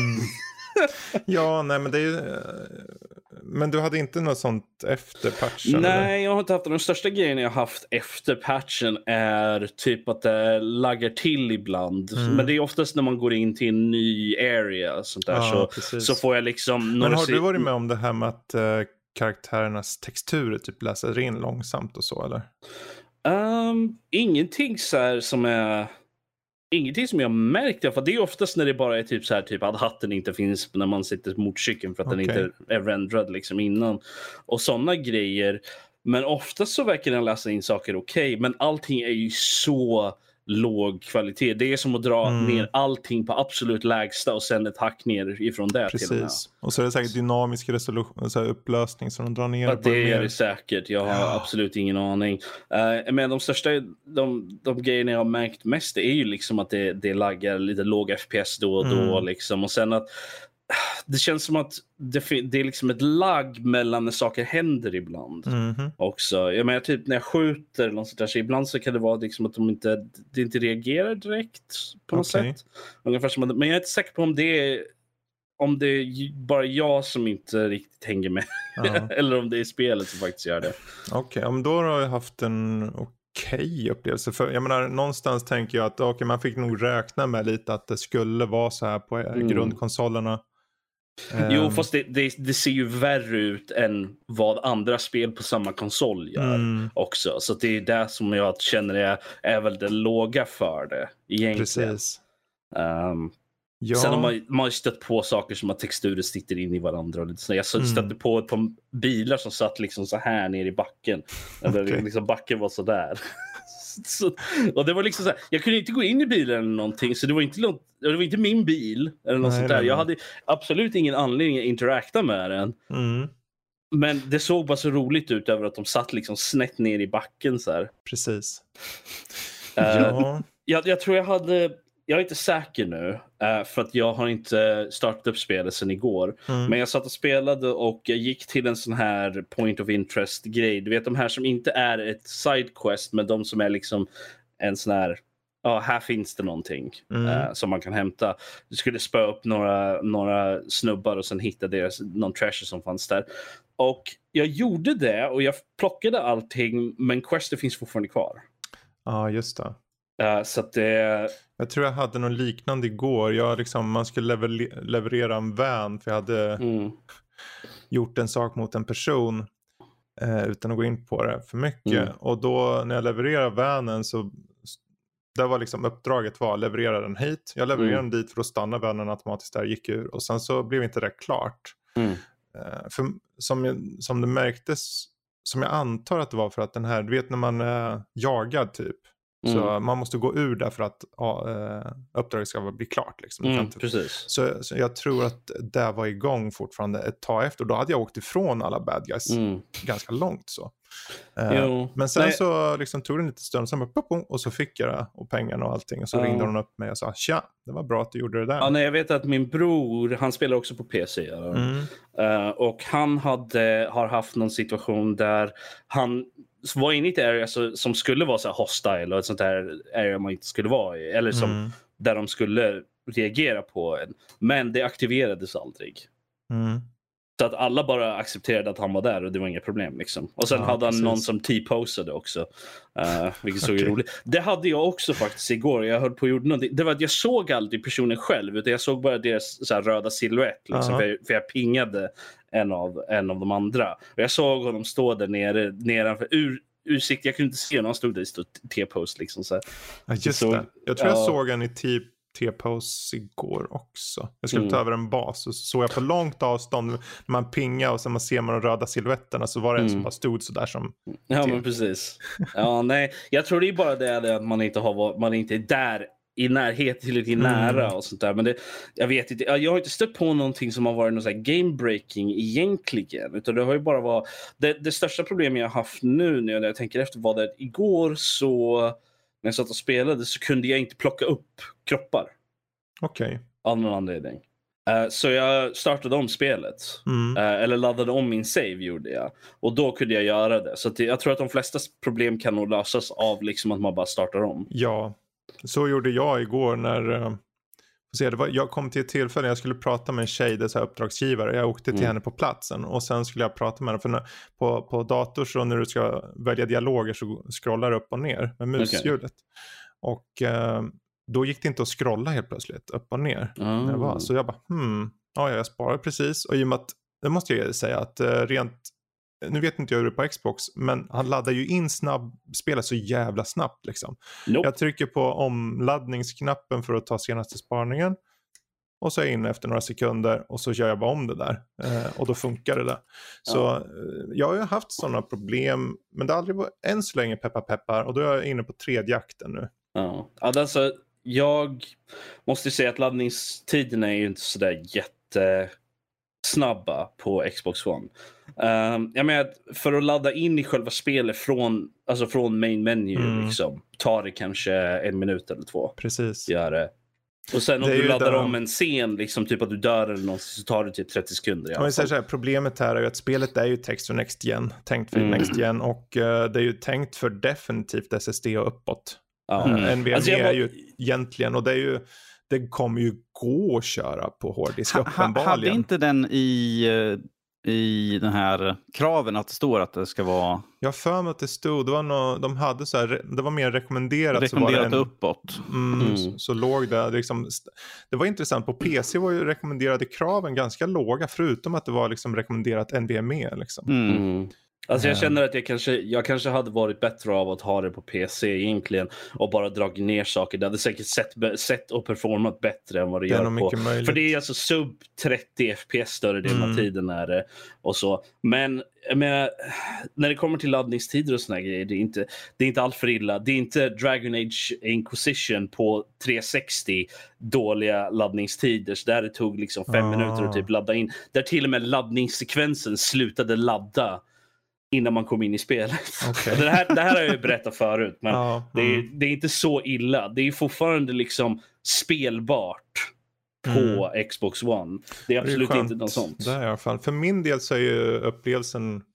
B: Ja, nej men det är ju... Men du hade inte något sånt efter patchen?
C: Nej,
B: eller?
C: jag har inte haft det. Den största grejen jag haft efter patchen är typ att det laggar till ibland. Men det är oftast när man går in till en ny area sånt där, så får jag liksom...
B: Men har du varit med om det här med att karaktärernas texturer typ läser in långsamt och så, eller?
C: Ingenting så här som är... Ingenting som jag märkt, för det är oftast när det bara är typ så här, typ att hatten inte finns när man sitter mot cykeln för att den inte är renderad liksom innan. Och sådana grejer. Men oftast så verkar den läsa in saker okej. Men allting är ju så låg kvalitet. Det är som att dra ner allting på absolut lägsta och sen ett hack ner ifrån där.
B: Precis.
C: Till och med.
B: Och så är det säkert dynamisk resolution, så här upplösning som de drar ner.
C: Ja, det är det säkert. Jag har absolut ingen aning. Men de största, de grejerna jag har märkt mest är ju liksom att det laggar lite låg FPS då och då. Liksom. Och sen att det känns som att det är liksom ett lagg mellan när saker händer ibland också. Jag menar typ när jag skjuter eller något sånt där, så ibland så kan det vara liksom att det inte reagerar direkt på något sätt. Ungefär som men jag är inte säker på om det är bara jag som inte riktigt hänger med. Eller om det är spelet som faktiskt gör det.
B: Okej, men då har jag haft en okej upplevelse. För jag menar, någonstans tänker jag att man fick nog räkna med lite att det skulle vara så här på grundkonsolerna.
C: Jo, fast det ser ju värre ut än vad andra spel på samma konsol gör också. Så det är det som jag känner är väl det låga för det egentligen.
B: Precis.
C: Sen har man stött på saker som att texturer sitter in i varandra. Och lite så. Jag stötte på ett par bilar som satt liksom så här ner i backen. Eller liksom backen var så där. Och det var liksom så här, jag kunde inte gå in i bilen eller någonting, så det var inte min bil eller något sånt där. Jag hade absolut ingen anledning att interakta med den. Men det såg bara så roligt ut över att de satt liksom snett ner i backen så här.
B: Precis.
C: Jag tror jag är inte säker nu för att jag har inte startat upp spelet sedan igår. Men jag satt och spelade och jag gick till en sån här point of interest grej. Du vet de här som inte är ett side quest, men de som är liksom en sån här, här finns det någonting som man kan hämta. Du skulle spöa upp några snubbar och sen hitta någon treasure som fanns där. Och jag gjorde det och jag plockade allting, men Questet finns fortfarande kvar.
B: Ja, just det.
C: Så att det...
B: Jag tror jag hade någon liknande igår. Man skulle leverera en van, för jag hade gjort en sak mot en person utan att gå in på det för mycket. Och då när jag levererade vanen så det var liksom uppdraget var att leverera den hit. Jag levererade den dit för att stanna vanen automatiskt där, gick ur. Och sen så blev inte det klart. För som det märktes, som jag antar att det var för att den här, du vet när man är jagad typ. Så man måste gå ur där för att uppdraget ska bli klart. Liksom.
C: Precis.
B: Så jag tror att det var igång fortfarande ett tag efter. Då hade jag åkt ifrån alla bad guys ganska långt så. Men sen så liksom tog det lite stund, sen bara, och så fick jag det och pengarna och allting. Och så ringde hon upp mig och sa, tja, det var bra att du gjorde det där.
C: Ja, nej, jag vet att min bror, han spelar också på PC. Och han har haft någon situation där han var inne i ett area som skulle vara så här hostile och ett sånt där area man inte skulle vara i. Eller som där de skulle reagera på en. Men det aktiverades aldrig. Så att alla bara accepterade att han var där och det var inga problem liksom. Och sen hade han någon som T-posade också. Vilket såg roligt. Det hade jag också faktiskt igår. Jag höll på och gjorde någonting. Det var att jag såg aldrig personen själv. Utan jag såg bara deras så här röda silhuett. Liksom, för jag pingade en av de andra. Och jag såg honom stå där nedanför utsikt. Jag kunde inte se när han stod där i T-post liksom. Så
B: ja, just det. Jag tror jag såg en i T-pose igår också. Jag skulle ta över en bas och så såg jag på långt avstånd när man pingar och sen ser man de röda silhuetterna, så var det en som bara stod så där som...
C: Ja, men precis. Ja, nej. Jag tror det är bara det att man inte är där i närhet, tillräckligt nära och sånt där. Men jag vet inte, jag har inte stött på någonting som har varit någon sån här game-breaking egentligen. Utan det har ju bara varit... Det största problemet jag har haft nu när jag tänker efter var det igår så... När jag satt och spelade så kunde jag inte plocka upp kroppar.
B: Okej.
C: Av någon anledning. Så jag startade om spelet. Eller laddade om min save gjorde jag. Och då kunde jag göra det. Så jag tror att de flesta problem kan nog lösas av liksom att man bara startar om.
B: Ja, så gjorde jag igår när... jag kom till ett tillfälle, jag skulle prata med en tjej, det är så här uppdragsgivare. Jag åkte till henne på platsen och sen skulle jag prata med henne. För på dator så när du ska välja dialoger så scrollar du upp och ner med mushjulet. Och då gick det inte att scrolla helt plötsligt upp och ner. När det var. Så jag bara, jag sparade precis. Och i och med att, det måste jag säga att rent... Nu vet inte jag hur det är på Xbox, men han laddar ju in spelet så jävla snabbt liksom. Jag trycker på omladdningsknappen för att ta senaste spaningen. Och så är jag inne efter några sekunder och så gör jag bara om det där. Och då funkar det där. Så jag har ju haft sådana problem, men det har aldrig varit än så länge peppar. Och då är jag inne på 3:e akten nu.
C: Ja, alltså jag måste säga att laddningstiderna är ju inte sådär jättesnabba på Xbox One. Jag menar, för att ladda in i själva spelet från main menu liksom, tar det kanske 1 minut eller 2.
B: Precis.
C: Gör det. Och sen om du laddar om en scen, liksom typ att du dör eller något, så tar det typ 30 sekunder.
B: Jag säger så här, problemet här är ju att spelet är ju text för Next Gen, tänkt för Next Gen, och det är ju tänkt för definitivt SSD och uppåt. NVMe alltså är ju egentligen, och det kommer ju gå att köra på hårddisk uppenbarligen.
A: Hade inte den i den här kraven att det står att det ska vara...
B: Jag för mig att det stod, de hade så här, det var mer rekommenderat.
A: Rekommenderat
B: så var det
A: uppåt.
B: Så låg det liksom, det var intressant, på PC var ju rekommenderade kraven ganska låga, förutom att det var liksom rekommenderat NVMe liksom.
C: Alltså jag känner att jag kanske hade varit bättre av att ha det på PC egentligen och bara dragit ner saker. Det hade säkert sett och performat bättre än vad det gör på. För det är alltså sub 30 FPS större delen av tiden är det och så. Men när det kommer till laddningstider och såna grejer, det är inte allt för illa. Det är inte Dragon Age Inquisition på 360 dåliga laddningstider. Så där det tog liksom 5 minuter att typ ladda in. Där till och med laddningssekvensen slutade ladda innan man kom in i spelet. Okay. Det här har jag ju berättat förut, men det är inte så illa. Det är fortfarande liksom spelbart på Xbox One. Det är absolut det är inte något sånt.
B: Det är i alla fall. För min del så är ju upplevelsen...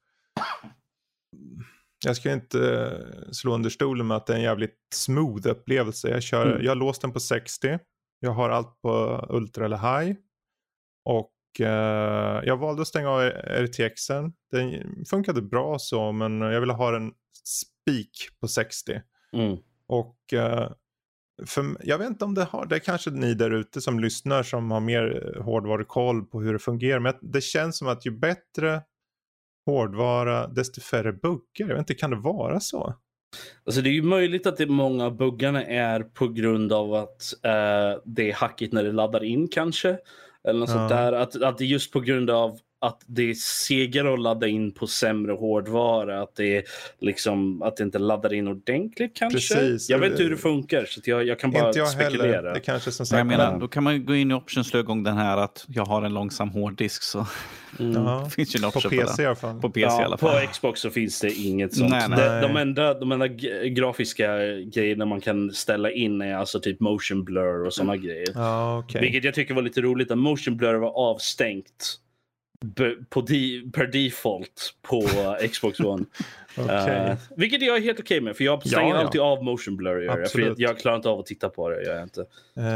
B: Jag ska inte slå under stolen med att det är en jävligt smooth upplevelse. Jag har låst den på 60. Jag har allt på Ultra eller High. Och jag valde att stänga av RTXen. Den funkade bra så, men jag ville ha en spik på 60. Och jag vet inte om det är kanske ni där ute som lyssnar som har mer hårdvarukoll på hur det fungerar. Men det känns som att ju bättre hårdvara, desto färre buggar. Jag vet inte, kan det vara så?
C: Alltså det är ju möjligt att det många av buggarna är på grund av att det är hackigt när det laddar in kanske. Eller något sånt där. Att det är just på grund av att det är segare att ladda in på sämre hårdvara. Att det är liksom att det inte laddar in ordentligt kanske.
B: Precis.
C: Jag vet inte hur det funkar så jag kan bara
B: inte jag
C: spekulera.
B: Heller. Det kanske som sagt.
A: Jag menar, då kan man gå in i options slå igång den här att jag har en långsam hårddisk så det finns ju en option
B: på PC i alla fall.
A: På PC i alla fall.
C: På Xbox så finns det inget sånt.
A: Nej.
C: De enda grafiska grejerna man kan ställa in är alltså typ motion blur och såna grejer.
B: Okay.
C: Vilket jag tycker var lite roligt att motion blur var avstängt per default på Xbox One. Vilket jag är helt okej med, för jag stänger alltid av motion blur. För jag klarar inte av att titta på det, jag inte.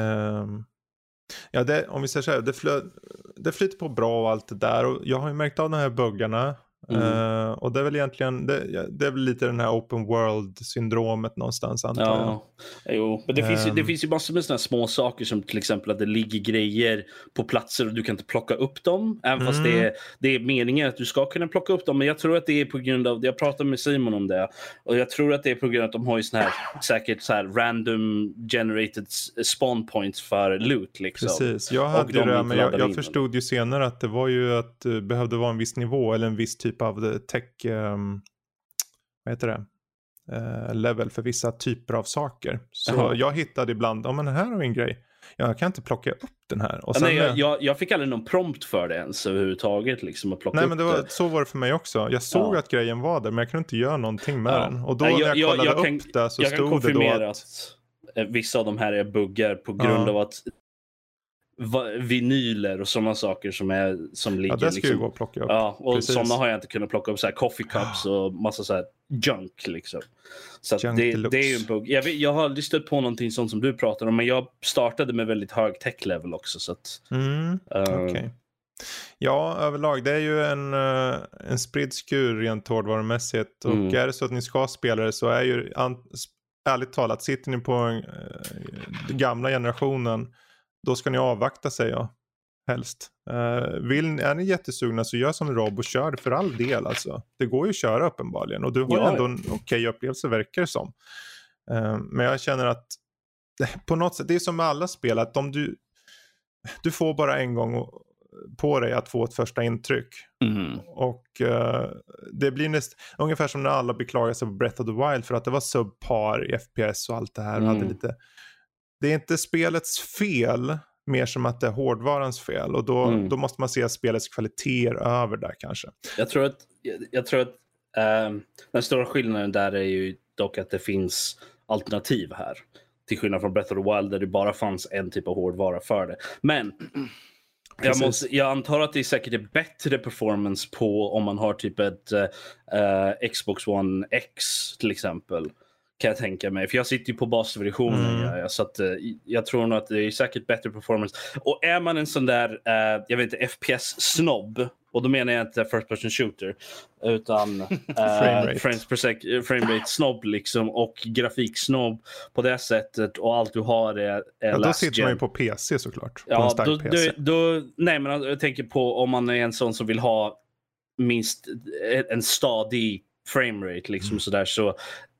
B: Om vi säger så här, det flyter på bra och allt det där, och jag har ju märkt av de här buggarna. Och det är väl egentligen det är väl lite den här open world syndromet någonstans, antar jag.
C: Jo, men det finns ju massor med såna små saker som till exempel att det ligger grejer på platser och du kan inte plocka upp dem, även fast det är meningen att du ska kunna plocka upp dem. Men jag tror att det är på grund av, jag pratade med Simon om det, och jag tror att det är på grund av att de har ju sån här säkert så här random generated spawn points för loot liksom. Precis,
B: jag hade ju det, men jag förstod ju senare att det var ju att det behövde vara en viss nivå eller en viss typ av tech vad heter det? Level för vissa typer av saker. Så jag hittade ibland, men här har vi en grej. Jag kan inte plocka upp den här. Och sen,
C: jag fick aldrig någon prompt för det ens överhuvudtaget. Liksom, att plocka upp
B: men så var det för mig också. Jag såg att grejen var där, men jag kunde inte göra någonting med den. Och då när jag kollade upp det så stod det då att
C: vissa av de här är buggar på grund av att vinyler och sådana saker som ligger
B: det ska ju gå att plocka upp.
C: Och sådana har jag inte kunnat plocka upp, så här coffee cups och massa så här junk liksom. Så att det är ju en bugg. Jag har aldrig stött på någonting sånt som du pratar om, men jag startade med väldigt hög tech level också, så att
B: okej. Ja, överlag det är ju en spridd skur rent hårdvarumässigt, och är det så att ni ska spela det så är ju ärligt talat, sitter ni på den gamla generationen, då ska ni avvakta, säger jag. Helst. Är ni jättesugna så gör som Rob och kör det för all del. Alltså. Det går ju att köra uppenbarligen. Och du har ändå en okej upplevelse, verkar det som. Men jag känner att på något sätt, det är som med alla spel, att du får bara en gång på dig att få ett första intryck. Och det blir ungefär som när alla beklagar sig på Breath of the Wild för att det var subpar i FPS och allt det här. Hade lite... Det är inte spelets fel, mer som att det är hårdvarans fel. Och då måste man se spelets kvaliteter över där kanske.
C: Jag tror att den stora skillnaden där är ju dock att det finns alternativ här. Till skillnad från Breath of the Wild där det bara fanns en typ av hårdvara för det. Men jag antar att det är säkert är bättre performance på om man har typ ett Xbox One X till exempel. Kan jag tänka mig. För jag sitter ju på basversionen. Så att, jag tror nog att det är säkert bättre performance. Och är man en sån där, jag vet inte, FPS-snobb. Och då menar jag inte first person shooter. Utan framerate-snobb liksom. Och grafiksnobb på det sättet. Och allt du har är
B: då sitter man ju på PC såklart. På
C: en
B: stark PC.
C: Nej, men jag tänker på om man är en sån som vill ha minst en stadig framerate liksom sådär, så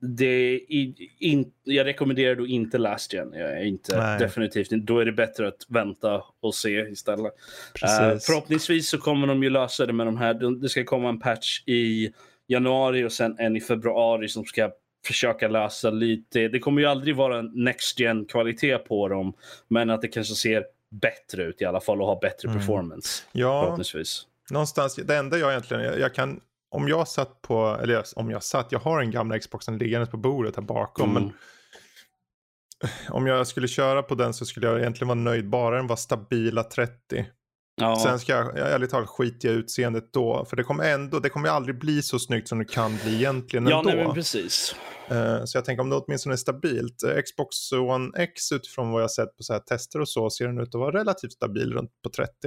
C: jag rekommenderar då inte last gen. Jag är inte definitivt. Då är det bättre att vänta och se istället. Förhoppningsvis så kommer de ju lösa det med de här. Det ska komma en patch i januari och sen en i februari som ska försöka lösa lite. Det kommer ju aldrig vara next gen kvalitet på dem, men att det kanske ser bättre ut i alla fall och har bättre performance. Förhoppningsvis.
B: Någonstans, det enda jag egentligen jag kan, om jag satt på, eller jag har en gamla Xboxen liggande på bordet här bakom, men om jag skulle köra på den så skulle jag egentligen vara nöjd bara den var stabila 30. Sen ska jag ärligt talat skita i utseendet då, för det kommer ju aldrig bli så snyggt som det kan bli egentligen ändå.
C: Nej, men precis.
B: Så jag tänker om det åtminstone är stabilt. Xbox One X utifrån vad jag sett på så här tester och så ser den ut att vara relativt stabil runt på 30.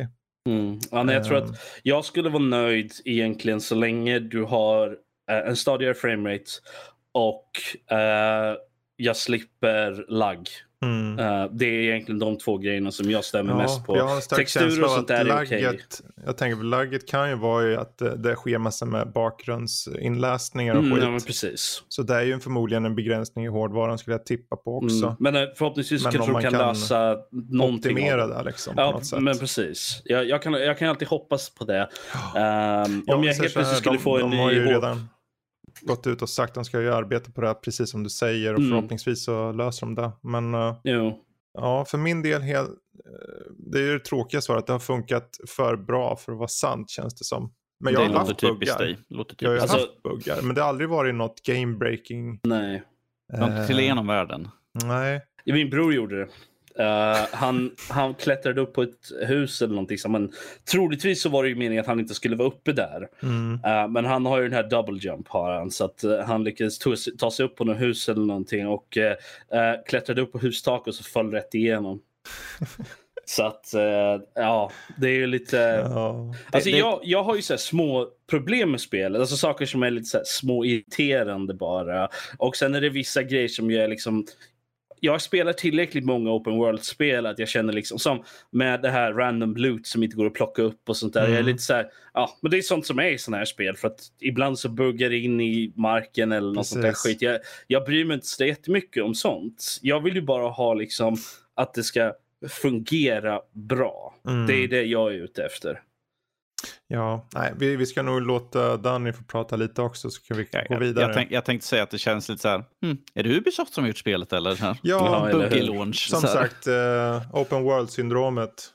C: Ja, nej, jag tror att jag skulle vara nöjd egentligen så länge du har en stadigare framerate och jag slipper lagg. Det är egentligen de två grejerna som jag stämmer mest på.
B: Jag har en stark
C: Textur och sånt där är okej.
B: Jag tänker att lagget kan ju vara ju att det sker massor med bakgrundsinläsningar och skit.
C: Ja, men precis.
B: Så det är ju förmodligen en begränsning i hårdvaran skulle jag tippa på också.
C: Men förhoppningsvis kanske de kan lösa någonting.
B: Optimera det liksom, på något sätt.
C: Men precis. Jag kan alltid hoppas på det. Om jag helt plötsligt skulle få en ny...
B: De har ju redan gått ut och sagt att de ska ju arbeta på det här, precis som du säger, och förhoppningsvis så löser de det. Men ja, för min del det är ju det tråkiga svaret att det har funkat för bra för att vara sant, känns det som. Men jag har haft buggar. Jag har haft buggar, men det har aldrig varit något game-breaking.
C: Nej.
A: Inte till igenom världen.
B: Nej.
C: Min bror gjorde det. Han klättrade upp på ett hus eller någonting, men troligtvis så var det ju meningen att han inte skulle vara uppe där. Men han har ju den här double jump har han, så att han lyckades ta sig upp på något hus eller någonting och klättrade upp på hustak och så föll rätt igenom. Så att ja, det är ju lite alltså jag har ju så här små problem med spelet, alltså saker som är lite så här små irriterande bara, och sen är det vissa grejer som jag liksom, jag spelar tillräckligt många open world-spel att jag känner liksom, som med det här random loot som inte går att plocka upp och sånt där. Jag är lite så här, ja, men det är sånt som är i såna här spel, för att ibland så buggar det in i marken eller något sånt där skit. Jag bryr mig inte så jättemycket om sånt. Jag vill ju bara ha liksom att det ska fungera bra. Det är det jag är ute efter.
B: Ja, nej, vi ska nog låta Danny få prata lite också, så kan vi gå vidare.
A: Jag tänkte säga att det känns lite så här, är det Ubisoft som har gjort spelet eller? Här?
B: Ja,
A: buggy launch.
B: Som sagt, open world-syndromet.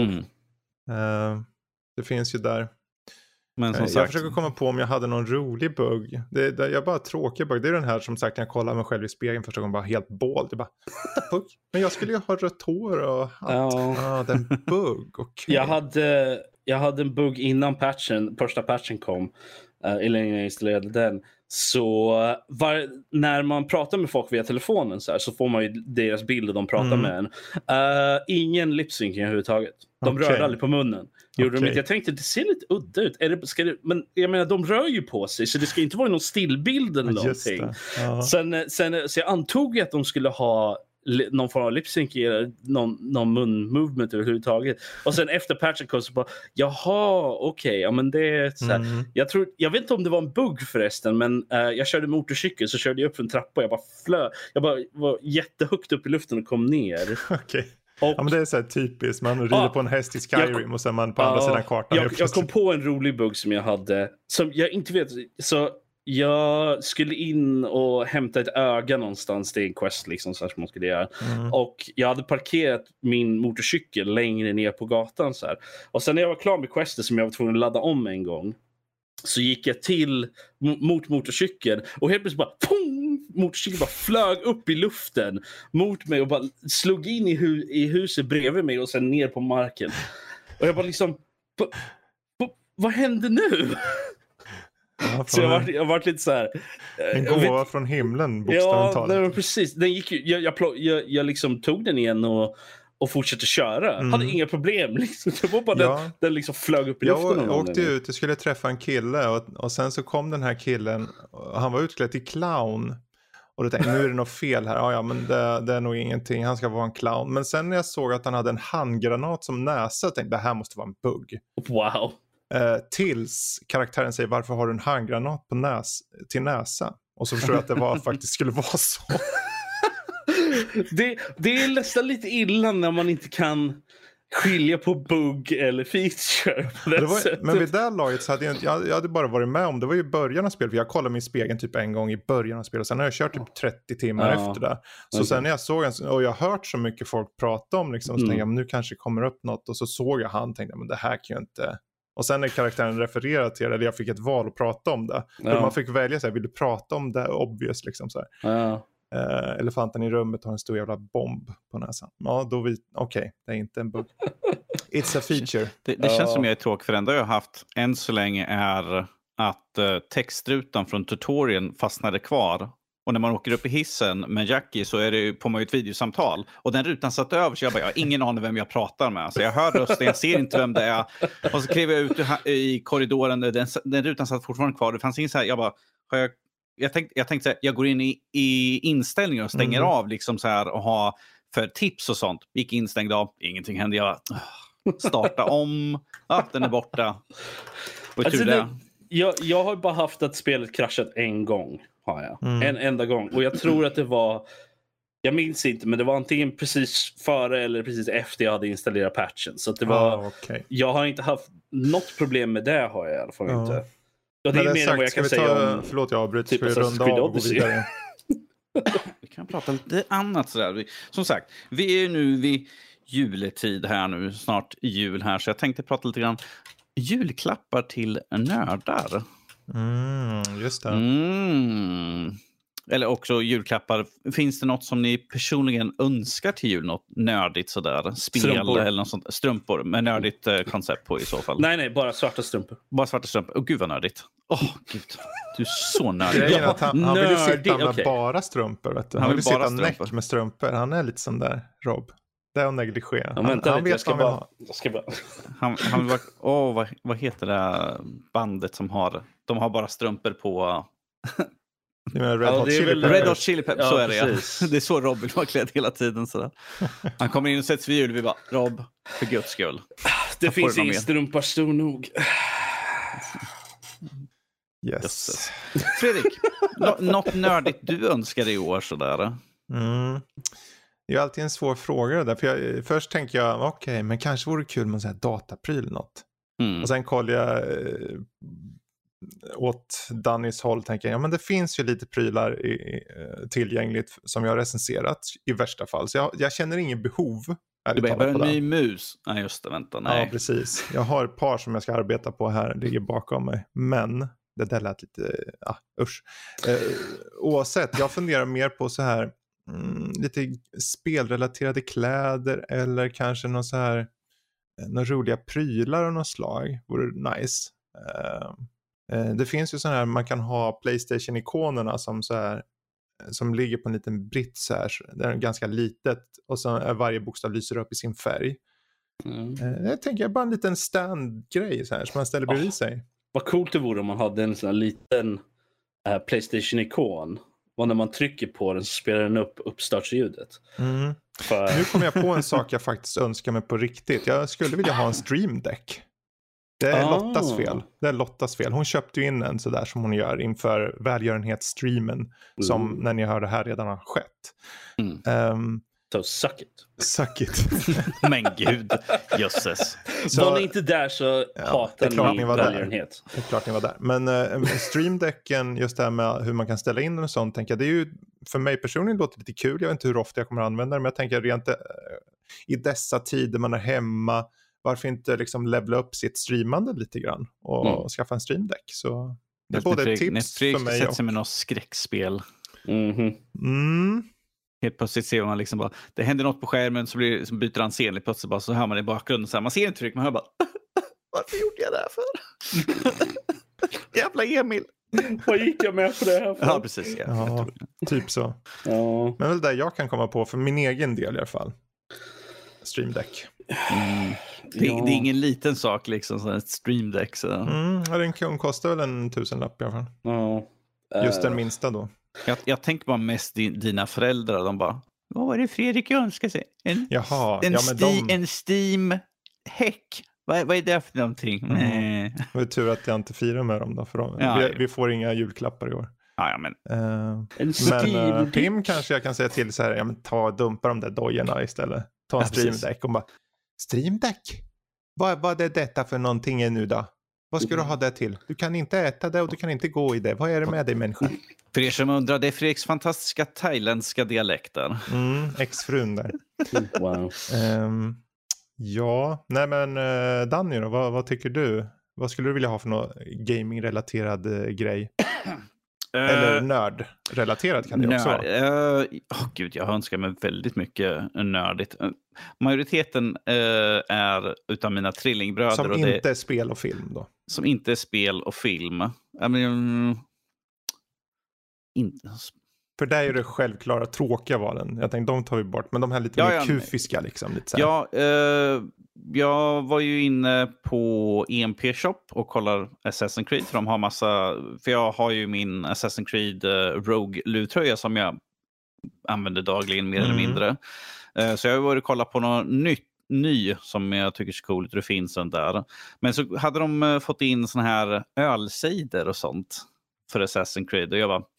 B: Det finns ju där. Men som sagt, jag försöker komma på om jag hade någon rolig bugg. Jag bara tråkig bugg. Det är den här, som sagt, när jag kollar mig själv i spegeln första gången, bara helt båld. Jag bara, bugg? Men jag skulle ju ha rött hår och den bugg. Okay.
C: Jag hade en bugg innan första patchen kom. Eller när jag installerade den. Så när man pratar med folk via telefonen så får man ju deras bild och de pratar med en. Ingen lipsyncing överhuvudtaget. De rör aldrig på munnen. Jag tänkte det ser lite udda ut. Men jag menar, de rör ju på sig, så det ska inte vara någon stillbild eller någonting. Sen så jag antog att de skulle ha någon form av lip-sync eller någon mun-movement överhuvudtaget. Och sen efter patchen kom så bara, jaha, okej, ja men det är så här. Jag vet inte om det var en bugg förresten, men jag körde motorcykel, så körde jag upp för en trappa och jag bara var jättehögt upp i luften och kom ner.
B: Okej. Ja, men det är så här typiskt, man rider på en häst i Skyrim och sen man på andra sidan kartan.
C: Jag kom på en rolig bugg som jag hade, som jag inte vet, så jag skulle in och hämta ett öga någonstans. Det är en quest liksom, så här som man skulle göra. Och jag hade parkerat min motorcykel längre ner på gatan så här. Och sen när jag var klar med questet, som jag var tvungen att ladda om en gång, så gick jag till mot motorcykeln och helt plötsligt bara motorcykeln bara flög upp i luften mot mig och bara slog in i huset bredvid mig och sen ner på marken. Och jag bara liksom, vad hände nu? Så jag var lite så här.
B: En gåva från himlen, bokstavligt talat.
C: Ja, precis. Den gick ju, jag liksom tog den igen och fortsatte köra. Hade inga problem liksom. Det var bara den liksom flög upp i luften.
B: Jag åkte ut, jag skulle träffa en kille och sen så kom den här killen, han var utklädd till clown. Och då tänkte jag, nu är det något fel här. Ja, men det är nog ingenting, han ska vara en clown. Men sen när jag såg att han hade en handgranat som näsa, tänkte jag, det här måste vara en bugg.
C: Wow.
B: Tills karaktären säger, varför har du en handgranat till näsa? Och så förstår jag att det faktiskt skulle vara så.
C: det är nästan lite illa när man inte kan skilja på bugg eller feature på det sättet.
B: Men vid det laget så hade jag hade bara varit med om, det var ju början av spelet, för jag kollade min spegeln typ en gång i början av spelet, och sen har jag kört typ 30 timmar efter det. Så sen när jag såg och jag har hört så mycket folk prata om liksom, så tänkte jag, men nu kanske kommer upp något, och så såg jag han, tänkte jag, men det här kan ju inte. Och sen när karaktären refererade till det, eller jag fick ett val att prata om det. För man fick välja så här, vill du prata om det obvious liksom så här. Elefanten i rummet har en stor jävla bomb på näsan. Ja, då okej, det är inte en bugg. It's a feature.
A: Det känns som jag är tråkig, för det enda jag har haft än så länge är att textrutan från tutorialen fastnade kvar. Och när man åker upp i hissen med Jackie så är det på man ju ett videosamtal. Och den rutan satt över så jag bara, jag har ingen aning vem jag pratar med. Så jag hör rösten, jag ser inte vem det är. Och så klev jag ut i korridoren, den rutan satt fortfarande kvar. Det fanns ingen så här, jag bara, jag tänkte så här, jag går in i inställningar och stänger av liksom så här och har för tips och sånt. Gick instängd av, ingenting hände. Jag starta om, den är borta.
C: Alltså jag har bara haft att spelet kraschat en gång. Har jag. En enda gång. Och jag tror att det var, jag minns inte, men det var antingen precis före eller precis efter jag hade installerat patchen. Så att det var, jag har inte haft något problem med det, har jag i alla fall inte. Och det är mer än vad jag kan säga om...
B: Förlåt, jag avbryter.
C: Typ
B: runda av och gå vidare.
A: Vi kan prata lite annat sådär. Som sagt, vi är nu vid juletid här nu. Snart jul här. Så jag tänkte prata lite grann julklappar till nördar.
B: Just det.
A: Eller också julklappar. Finns det något som ni personligen önskar till jul? Något nördigt sådär? Spel
C: strumpor.
A: Eller något sånt. Strumpor med nördigt koncept på i så fall.
C: Nej, bara svarta strumpor.
A: Bara svarta strumpor. Gud vad nördigt. Gud. Du är så nördig.
B: Grejen är att han vill ju sitta med
C: okay.
B: bara strumpor. Vet du. Han vill sitta näck med strumpor. Han är lite som där, Rob. Det är att negligera. Han vet vad han vill ha.
A: Han vill vara... vad heter det bandet som har... De har bara strumpor på... Red Hot Chili Peppers, så är det. Ja. Det är så Rob vill vara klädd hela tiden. Sådär. Han kommer in och sätts vid jul och vi bara, Rob, för guds skull.
C: Det finns ingen strumpa stor nog.
B: Yes.
A: Fredrik, något nördigt du önskar dig i år sådär?
B: Det är alltid en svår fråga där. För först tänker jag, men kanske vore det kul med en sån här datapryl eller något. Och sen kollar jag åt Dannys håll, tänker jag, men det finns ju lite prylar tillgängligt som jag har recenserat i värsta fall. Så jag känner ingen behov.
A: Du behöver en ny mus. Nej, just det, vänta. Nej.
B: Ja, precis. Jag har ett par som jag ska arbeta på här, ligger bakom mig. Men det där lät lite, usch. Oavsett, jag funderar mer på så här lite spelrelaterade kläder eller kanske någon så här några roliga prylar av något slag. Vore nice. Det finns ju sådana här, man kan ha PlayStation-ikonerna som så här, som ligger på en liten britt så här, det är ganska litet och så är varje bokstav lyser upp i sin färg. Jag tänker bara en liten stand-grej så här som man ställer bredvid sig.
C: Vad coolt det vore om man hade en sån här liten PlayStation-ikon. Och när man trycker på den så spelar den upp uppstartsljudet.
B: Nu kom jag på en sak jag faktiskt önskar mig på riktigt. Jag skulle vilja ha en Stream Deck. Det är Lottas fel. Hon köpte ju in en sådär som hon gör inför välgörenhetsstreamen. Som när ni hör det här redan har skett.
C: So suck it.
B: Suck it.
A: Men gud, jösses.
C: Var ni inte där så hatar ni välgörenhet.
B: Det är klart ni var där. Men Streamdecken, just det här med hur man kan ställa in den och sånt, tänker jag, det är ju för mig personligen låter lite kul. Jag vet inte hur ofta jag kommer att använda det, men jag tänker rent i dessa tider man är hemma, varför inte liksom levela upp sitt streamande lite grann och skaffa en Streamdeck. Så det är både tips
A: Netflix
B: för mig
A: sätter sig med något skräckspel. Helt plötsligt ser man liksom bara, det händer något på skärmen så byter han scen plötsligt bara, så hör man i bakgrunden så här, man ser inte tryck, man hör bara varför gjorde jag det här för? Jävla Emil.
C: Vad gick jag med på det här för?
A: Ja, precis. Ja,
B: typ så. Ja. Men väl där jag kan komma på för min egen del i alla fall. Stream Deck.
A: Det är ingen liten sak liksom, sån här Stream Deck. Så.
B: Den kostar väl en 1000-lapp i alla fall. Just den minsta då.
A: Jag tänker bara mest dina föräldrar. De bara, vad var det Fredrik önskar sig? En Steam-häck. Vad är det för någonting?
B: Det är tur att jag inte firar med dem då. För vi får inga julklappar i år.
A: Men
B: Tim kanske jag kan säga till så här, ta och dumpa de där dojorna istället. Ta en Stream Deck och bara, Stream Deck? Vad är detta för någonting nu då? Vad ska du ha det till? Du kan inte äta det och du kan inte gå i det. Vad är det med dig, människa?
A: För er som undrar, det är Fredriks fantastiska thailändska dialekter.
B: Ex-frun där.
C: Wow.
B: Danny då, vad tycker du? Vad skulle du vilja ha för någon gaming-relaterad grej? Eller nörd-relaterad kan det också vara.
A: Gud, jag önskar mig väldigt mycket nördigt. Majoriteten är utav mina trillingbröder.
B: Som inte är spel och film då?
A: Som inte är spel och film.
B: För där är det självklara tråkiga valen. Jag tänkte de tar vi bort. Men de här lite mer kufiska liksom. Lite så här.
A: Ja, jag var ju inne på EMP Shop och kollar Assassin's Creed. För de har massa... För jag har ju min Assassin's Creed Rogue-luvtröja som jag använder dagligen mer eller mindre. Så jag har varit och kollat på något ny som jag tycker är så coolt. Det finns en där. Men så hade de fått in såna här ölcider och sånt för Assassin's Creed. Och jag bara...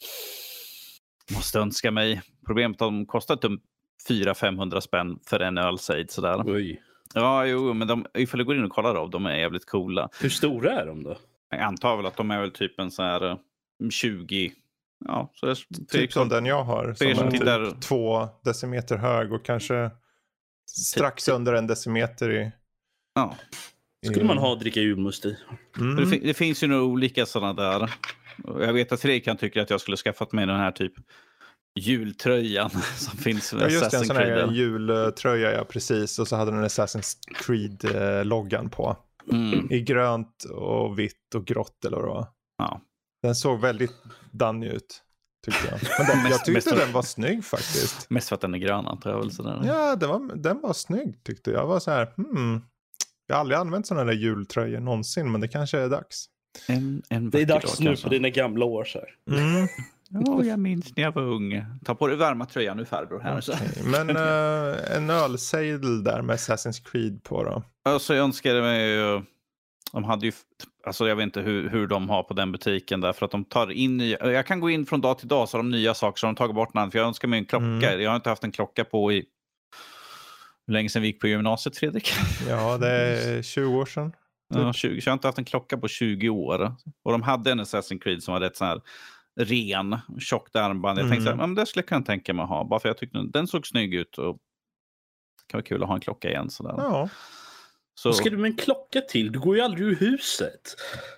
A: Måste önska mig. Problemet är att de kostar typ 400-500 spänn för en ölcid sådär.
C: Oj.
A: Ja, jo, men ifall du går in och kollar av de är jävligt coola.
C: Hur stora är de då?
A: Jag antar väl att de är väl typ en sån här 20... Ja, så
B: typ som den jag har. Som är typ
A: där...
B: 2 decimeter hög och kanske strax under 1 decimeter i...
A: Ja.
C: Skulle man ha att dricka julmust i?
A: Det finns ju några olika sådana där. Jag vet att Fredrik kan tycka att jag skulle skaffat mig den här typ jultröjan som finns med
B: just en sån här
A: Creed.
B: jultröja, ja precis. Och så hade den Assassin's Creed-loggan på. I grönt och vitt och grått eller vad det var.
A: Ja.
B: Den såg väldigt dannig ut, tyckte jag. Men jag tyckte den var snygg faktiskt.
A: Mest för att den är grön, antar jag väl. Sådär.
B: Ja, den var snygg tyckte jag. Jag var så här, jag har aldrig använt sådana där jultröjor någonsin, men det kanske är dags.
C: Det är dags nu på dina gamla år så här.
A: Jag minns när jag var ung. Ta på dig varma tröjan nu, farbror. Här, så.
B: Men en ölsejdel där med Assassin's Creed på då.
A: Alltså jag önskade mig de hade ju, alltså jag vet inte hur de har på den butiken där, för att de tar in jag kan gå in från dag till dag så har de nya saker, så de tagit bort namn, för jag önskar mig en klocka. Jag har inte haft en klocka på i hur länge sedan vi gick på gymnasiet, Fredrik?
B: Ja, det är 20 år sedan. Typ.
A: Ja, 20, så jag har inte haft en klocka på 20 år. Och de hade en Assassin's Creed som var rätt så här ren, tjockt armband. Jag tänkte så här, men det skulle jag kunna tänka mig att ha. Bara för jag tyckte den såg snygg ut och det kan vara kul att ha en klocka igen. Sådär.
B: Ja.
C: Så... Vad ska du med en klocka till? Du går ju aldrig ur huset.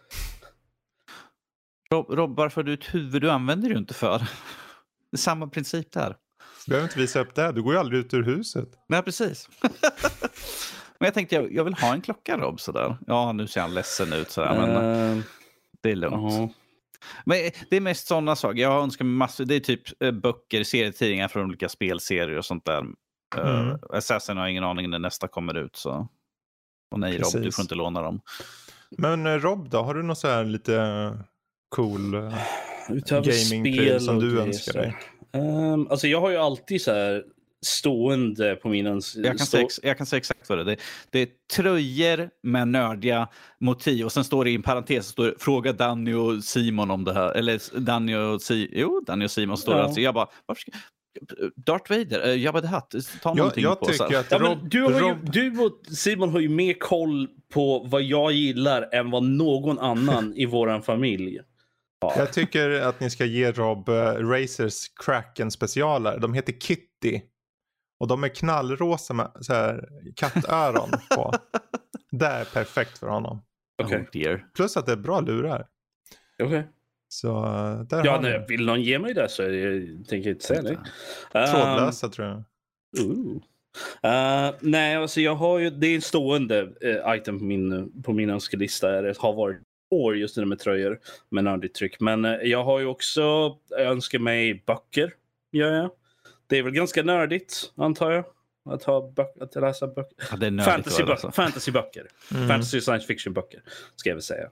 A: Rob, varför har du ett huvud du använder ju inte för? Det är samma princip där.
B: Du behöver inte visa upp det här. Du går ju aldrig ut ur huset.
A: Nej, precis. Men jag tänkte, jag vill ha en klocka, Rob, sådär. Ja, nu ser han ledsen ut sådär, men det är lugnt. Men det är mest sådana saker. Jag önskar mig massor. Det är typ böcker, serietidningar från olika spelserier och sånt där. Assassin har ingen aning när nästa kommer ut. Så. Och nej, precis. Rob, du får inte låna dem.
B: Men Rob då, har du något så här lite cool gaming-pryl som du önskar dig?
C: Alltså jag har ju alltid så här stående på min
A: jag kan säga exakt vad det är. Det är tröjor med nördiga motiv och sen står det i en parentes, står det, fråga Danny och Simon om det här, eller Danny och Simon står det. Alltså jag bara, varför ska Darth Vader, Jabba the Hutt, ta någonting
B: jag
A: på
B: tycker
A: så.
C: Att du och Simon har ju mer koll på vad jag gillar än vad någon annan i våran familj. Ja.
B: Jag tycker att ni ska ge Rob Razers Kraken specialer. De heter Kitty. Och de är knallrosa med så här kattöron på. Det är perfekt för honom.
C: Okay.
B: Plus att det är bra lurar.
C: Okej. Okay.
B: Så där
C: nej, vill någon ge mig det så tänker jag inte säga nej.
B: Trådlösa tror jag.
C: Nej, alltså jag har ju, det är en stående item på min önskelista. Det har varit år just det med tröjor med nördigt tryck. Men jag har ju också önskat mig böcker. Ja. Det är väl ganska nördigt, antar jag. Att läsa böcker.
A: Ja, det är
C: fantasyböcker. Fantasy och science fiction böcker, ska jag väl säga.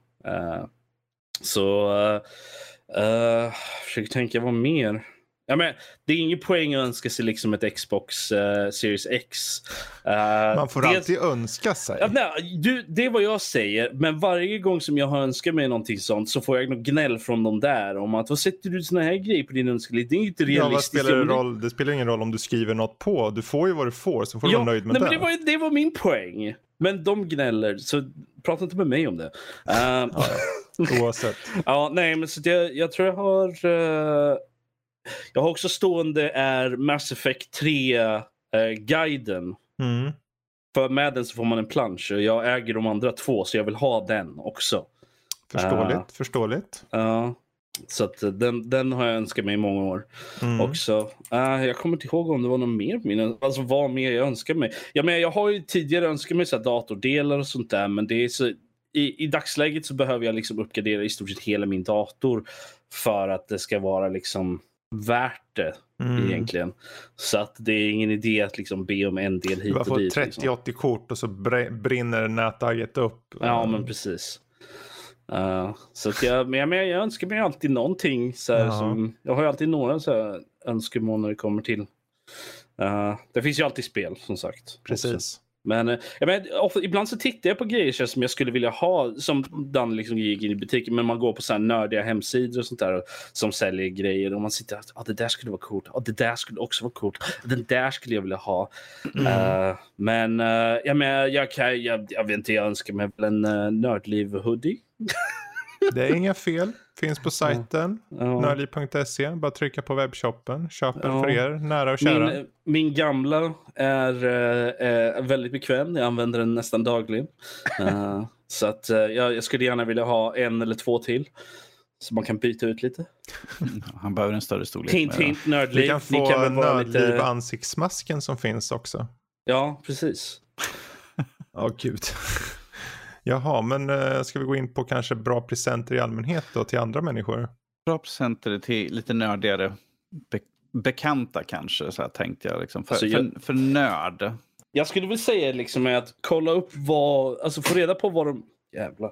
C: Försöker tänka vad mer. Ja, men det är ingen poäng att önska sig liksom ett Xbox Series X.
B: Man får alltid önska sig.
C: Ja, nej, det är vad jag säger. Men varje gång som jag har önskat mig någonting sånt så får jag något gnäll från dem där om att vad sätter du såna här grejer på din önskelista? Det är inte realistiskt.
B: Ja, vad spelar det roll? Det spelar ingen roll om du skriver något på. Du får ju vad du får, så får du vara nöjd med det.
C: Men det var min poäng. Men de gnäller, så prata inte med mig om det.
B: Oavsett.
C: Ja, nej, men så jag tror jag har... Jag har också stående är Mass Effect 3 guiden. För med den så får man en plansch. Jag äger de andra 2 så jag vill ha den också.
B: Förståeligt.
C: Ja. Så att den har jag önskat mig i många år också. Jag kommer inte ihåg om det var något mer på mina, alltså vad mer jag önskar mig. Ja, men jag har ju tidigare önskat mig så här datordelar och sånt där, men det är så i dagsläget så behöver jag liksom uppgradera i stort sett hela min dator för att det ska vara liksom värt det egentligen. Så att det är ingen idé att liksom be om en del hit och dit.
B: Du får 30-80 kort och så brinner nätagget upp.
C: Ja, men precis. Så att jag önskar mig alltid någonting så här, som, jag har ju alltid några så här önskemål när det kommer till det finns ju alltid spel som sagt.
B: Precis.
C: Också. Men ibland så tittar jag på grejer som jag skulle vilja ha, som Dan liksom gick in i butiken, men man går på så här nördiga hemsidor och sånt där som säljer grejer och man sitter det där skulle vara coolt, det där skulle också vara coolt, den där skulle jag vilja ha. Jag vet inte, jag önskar mig väl en Nördliv-hoodie.
B: Det är inga fel. Finns på sajten nördliv.se. Bara trycka på webbshoppen. Köp den för er, nära och kära.
C: Min gamla är väldigt bekväm. Jag använder den nästan dagligen. Så att jag skulle gärna vilja ha en eller två till. Så man kan byta ut lite.
A: Han behöver en större storlek.
C: Hint, Nördliv.
B: Vi kan få Nördliv ansiktsmasken som finns också.
C: Ja, precis.
B: Gud. Jaha, men ska vi gå in på kanske bra presenter i allmänhet då till andra människor?
A: Bra presenter till lite nördigare bekanta kanske, så här tänkte jag. Liksom. För nörd.
C: Jag skulle väl säga liksom att kolla upp få reda på vad de... Jävlar.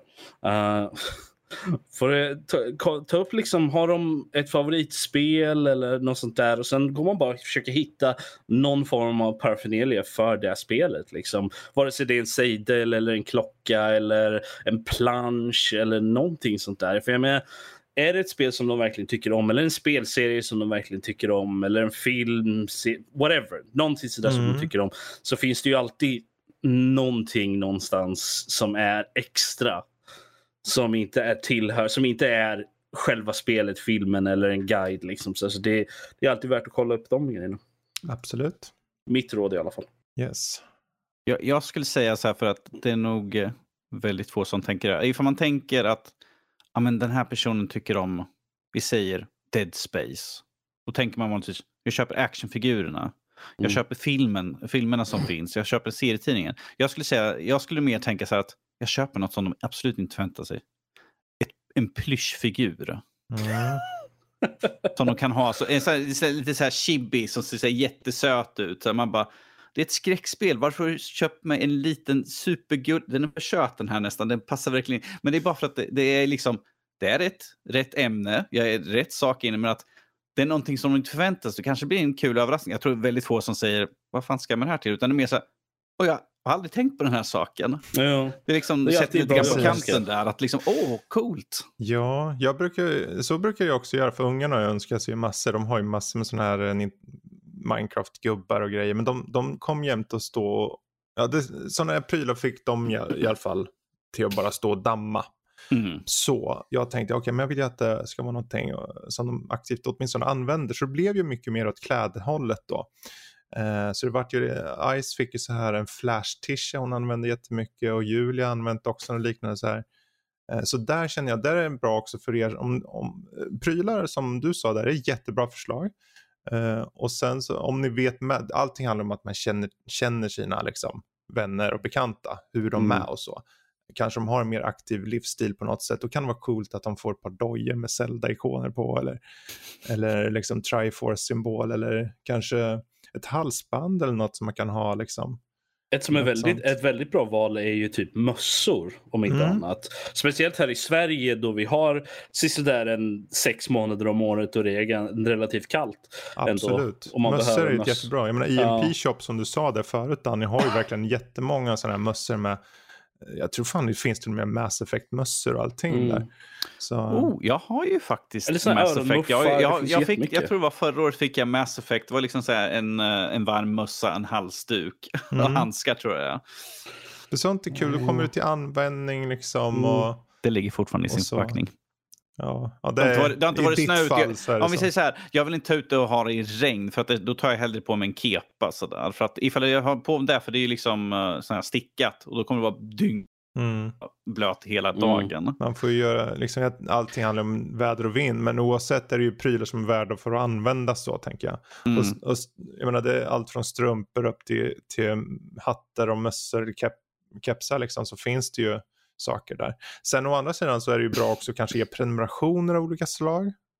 C: Ta upp liksom, har de ett favoritspel eller något sånt där, och sen går man bara försöka hitta någon form av paraphernalia för det här spelet liksom. Vare sig det är en sejdel eller en klocka eller en plansch eller någonting sånt där. För jag menar, är det ett spel som de verkligen tycker om, eller en spelserie som de verkligen tycker om, eller en film, whatever, någonting sådär som de tycker om, så finns det ju alltid någonting någonstans som är extra, som inte är själva spelet, filmen eller en guide liksom. Så det är alltid värt att kolla upp de grejerna.
B: Absolut.
C: Mitt råd i alla fall.
B: Yes.
A: Jag skulle säga så här, för att det är nog väldigt få som tänker det. Ifall man tänker att men den här personen tycker om, vi säger Dead Space. Då tänker man vanligtvis, jag köper actionfigurerna. Jag köper filmerna som finns. Jag köper serietidningen. Jag skulle mer tänka så här att jag köper något som de absolut inte förväntar sig. En plyschfigur. Som de kan ha. Lite så här chibi som ser jättesöt ut. Så man bara, det är ett skräckspel. Varför köper man en liten supergull? Den är kött den här nästan. Den passar verkligen. Men det är bara för att det är liksom, det är rätt ämne. Jag är rätt sak inne, men att det är någonting som de inte förväntar sig. Det kanske blir en kul överraskning. Jag tror det är väldigt få som säger, vad fan ska man här till? Utan det är mer så här, jag har aldrig tänkt på den här saken.
C: Ja.
A: Det är liksom, sätter lite grann på kanten där. Att liksom, coolt.
B: Ja, så brukar jag också göra för ungarna. Jag önskar sig massor. De har ju massor med sådana här Minecraft-gubbar och grejer. Men de kom jämt att stå... sådana här prylar fick de i alla fall till att bara stå och damma. Så jag tänkte, men jag vill ju att det ska vara någonting som de aktivt åtminstone använder. Så det blev ju mycket mer åt klädhållet då. Så det vart ju, Ice fick ju så här en flash-tisha hon använde jättemycket, och Julia använt också något liknande så här. Så där känner jag, där är det bra också för er om prylar som du sa där, är ett jättebra förslag. Och sen så om ni vet, allting handlar om att man känner sina liksom vänner och bekanta, hur de är och så. Kanske de har en mer aktiv livsstil på något sätt. Då kan det vara coolt att de får ett par dojor med Zelda-ikoner på, eller liksom Triforce-symbol, eller kanske ett halsband eller något som man kan ha liksom.
C: Ett väldigt bra val är ju typ mössor, om inte annat. Speciellt här i Sverige då vi har sådär en 6 månader om året och det är relativt kallt.
B: Absolut.
C: Ändå,
B: mössor är jättebra. Jag menar, IMP-shop som du sa där förut, Danny, har ju verkligen jättemånga sådana här mössor med. Jag tror fan det finns till och med Mass Effect-mössor och allting där. Så...
A: jag har ju faktiskt
C: Mass Effect.
A: Jag tror det var förra året fick jag Mass Effect. Det var liksom så här en varm mössa, en halsduk och handskar tror jag.
B: Det sånt är kul. Då kommer det till användning liksom. Och...
A: Det ligger fortfarande i sin förpackning.
B: Ja,
A: det har inte varit snö ute. Om vi säger så här, jag vill inte ta ut det och ha det i regn, för att då tar jag hellre på mig en kepa sådär. För att ifall jag har på det, för det är liksom sån här stickat, och då kommer det vara blöt hela dagen.
B: Man får ju göra, liksom, allting handlar om väder och vind, men oavsett är det ju prylar som är värda för att användas så, tänker jag. Och jag menar, det är allt från strumpor upp till hattar och mössor, kepsar liksom, så finns det ju saker där. Sen å andra sidan så är det ju bra också kanske ge prenumerationer av olika slag.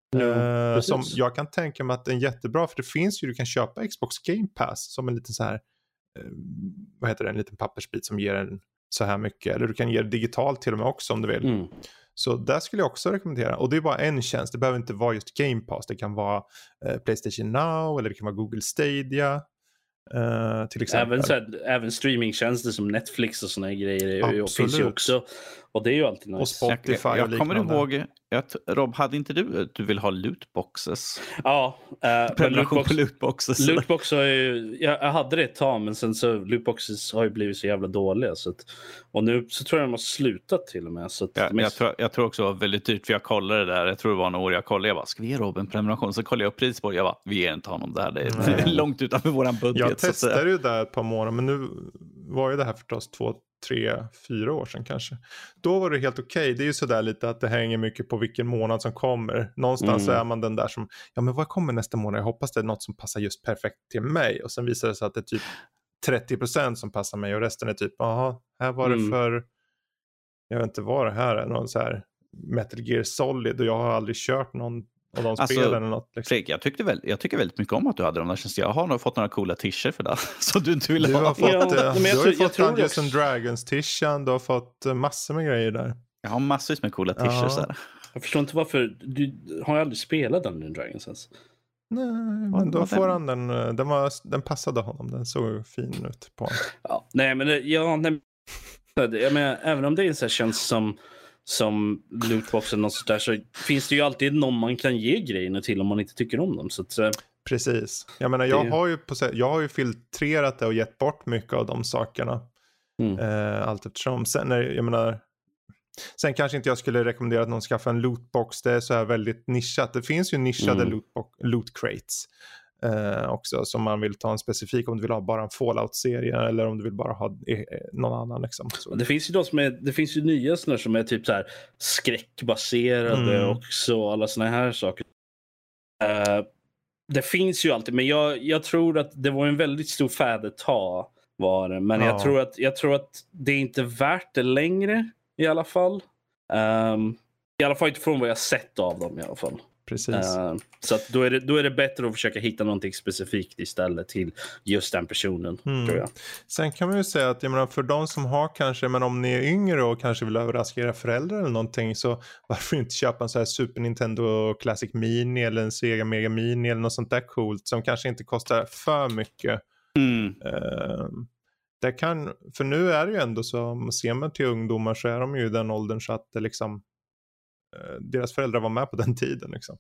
B: Som jag kan tänka mig att den är jättebra, för det finns ju, du kan köpa Xbox Game Pass som en liten så här vad heter det, en liten pappersbit som ger en så här mycket, eller du kan ge det digitalt till och med också om du vill. Så där skulle jag också rekommendera, och det är bara en tjänst, det behöver inte vara just Game Pass, det kan vara PlayStation Now eller det kan vara Google Stadia till exempel.
C: Även streamingtjänster som Netflix och såna grejer finns ju också. Och det är ju alltid nice.
B: Och Spotify och
A: jag kommer ihåg att Rob, hade inte du vill ha lootboxes?
C: Ja.
A: Prenumeration på lootboxes.
C: Lootbox har ju, jag hade det ett tag, men sen så lootboxes har ju blivit så jävla dåliga. Så att, och nu så tror jag de har slutat till och med. Så att
A: jag tror också det var väldigt dyrt, för jag kollade det där. Jag tror det var några år jag kollade. Jag bara, ska vi ge Rob en prenumeration? Så kollade jag upp pris på det. Jag bara, vi ger inte honom det här. Det är långt utanför våran budget.
B: Jag testade ju där ett par månader, men nu var ju det här förstås 2, 3, 4 år sedan kanske. Då var det helt okej. Det är ju sådär lite att det hänger mycket på vilken månad som kommer. Någonstans så är man den där som, ja men vad kommer nästa månad? Jag hoppas det är något som passar just perfekt till mig. Och sen visar det sig att det är typ 30% som passar mig och resten är typ, jaha, här var det för, jag vet inte vad det här är, någon så här Metal Gear Solid, och jag har aldrig kört någon av de spelen eller något. Liksom.
A: Fredrik, jag tycker väldigt mycket om att du hade de där tjänster. Jag har nog fått några coola t-shirts för det som du inte vill ha.
B: Du har fått Dungeons and Dragons t-shirt, du har fått massor med grejer där.
A: Jag har massor med coola t-shirts där.
C: Jag förstår inte varför, du har ju aldrig spelat Dungeons and Dragons ens.
B: Nej, men då får han den passade honom, den såg fin ut på honom.
C: Ja, nej men jag menar, även om det inte känns som lootboxen och sånt där, så finns det ju alltid någon man kan ge grejerna till om man inte tycker om dem. Så att,
B: precis. Jag menar, jag har ju filtrerat det och gett bort mycket av de sakerna. Allt eftersom. Sen kanske inte jag skulle rekommendera att någon skaffar en lootbox. Det är så här väldigt nischat. Det finns ju nischade loot crates också, som man vill ta en specifik, om du vill ha bara en Fallout-serie eller om du vill bara ha någon annan liksom. Så.
C: Det finns ju det finns ju nya sådana som är typ så här skräckbaserade också, alla såna här saker. Det finns ju alltid, men jag tror att det var en väldigt stor fad att ta var det, men jag tror att det är inte värt det längre i alla fall. I alla fall inte från vad jag sett av dem i alla fall.
B: Precis.
C: Så att då är det bättre att försöka hitta någonting specifikt istället till just den personen, tror jag.
B: Sen kan man ju säga att, jag menar, för de som har kanske, men om ni är yngre och kanske vill överraska era föräldrar eller någonting, så varför inte köpa en så här Super Nintendo Classic Mini eller en Sega Mega Mini eller något sånt där coolt som kanske inte kostar för mycket. Det kan, för nu är det ju ändå så, ser man till ungdomar så är de ju i den åldern så att det liksom, deras föräldrar var med på den tiden liksom.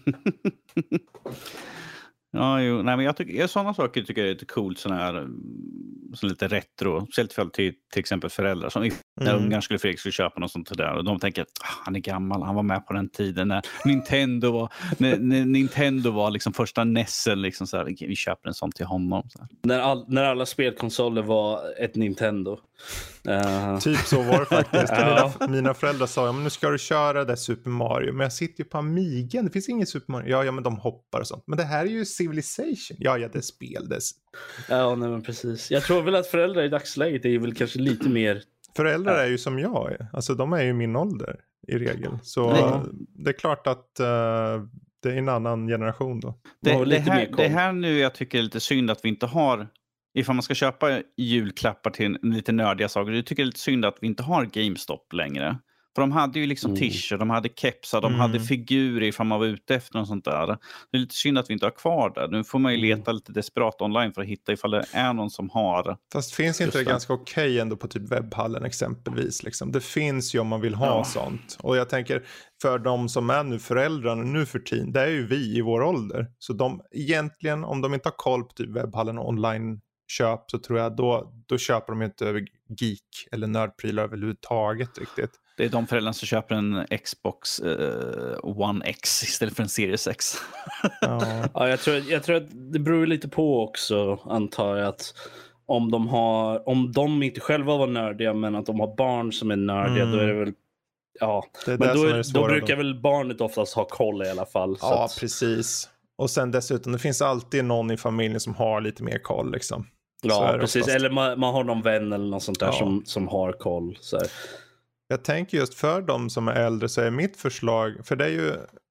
A: Ja, jo. Nej, men jag tycker sådana saker tycker jag är lite coolt, såna här så lite retro, speciellt för till exempel föräldrar som när ungar skulle köpa något sånt där, och de tänker han är gammal, han var med på den tiden när Nintendo var liksom första NESen liksom, så här, vi köper en sån till honom så här.
C: När alla spelkonsoler var ett Nintendo.
B: Typ så var det faktiskt. Mina föräldrar sa, men nu ska du köra det Super Mario, men jag sitter ju på Amiga, det finns inget Super Mario. Ja men de hoppar och sånt, men det här är ju Civilization. Ja det är spel.
C: Ja, nej men precis. Jag tror väl att föräldrar i dagsläget är väl kanske lite mer...
B: Föräldrar är ju som jag är. Alltså de är ju min ålder i regel. Så det är klart att det är en annan generation då.
A: Det här nu jag tycker är lite synd att vi inte har, ifall man ska köpa julklappar till lite nördiga saker, jag tycker det är lite synd att vi inte har GameStop längre. För de hade ju liksom t-shirt, de hade kepsar, de hade figurer ifall man var ute efter något sånt där. Det är lite synd att vi inte har kvar det. Nu får man ju leta lite desperat online för att hitta ifall det är någon som har.
B: Fast finns inte det ganska okej ändå på typ webbhallen exempelvis? Liksom. Det finns ju om man vill ha sånt. Och jag tänker, för de som är nu föräldrarna nu för tiden, det är ju vi i vår ålder. Så de egentligen, om de inte har koll på typ webbhallen och online köp, så tror jag då köper de inte över geek eller nördprylar överhuvudtaget riktigt.
A: Det är de föräldrarna som köper en Xbox One X istället för en Series X.
C: Ja, jag tror att det beror lite på också, antar jag, att om de inte själva var nördiga men att de har barn som är nördiga, då är det väl då brukar väl barnet oftast ha koll i alla fall.
B: Ja, precis. Och sen dessutom, det finns alltid någon i familjen som har lite mer koll liksom.
C: Ja, precis. Oftast. Eller man har någon vän eller något sånt där som har koll. Så här.
B: Jag tänker just för de som är äldre så är mitt förslag, för det är ju,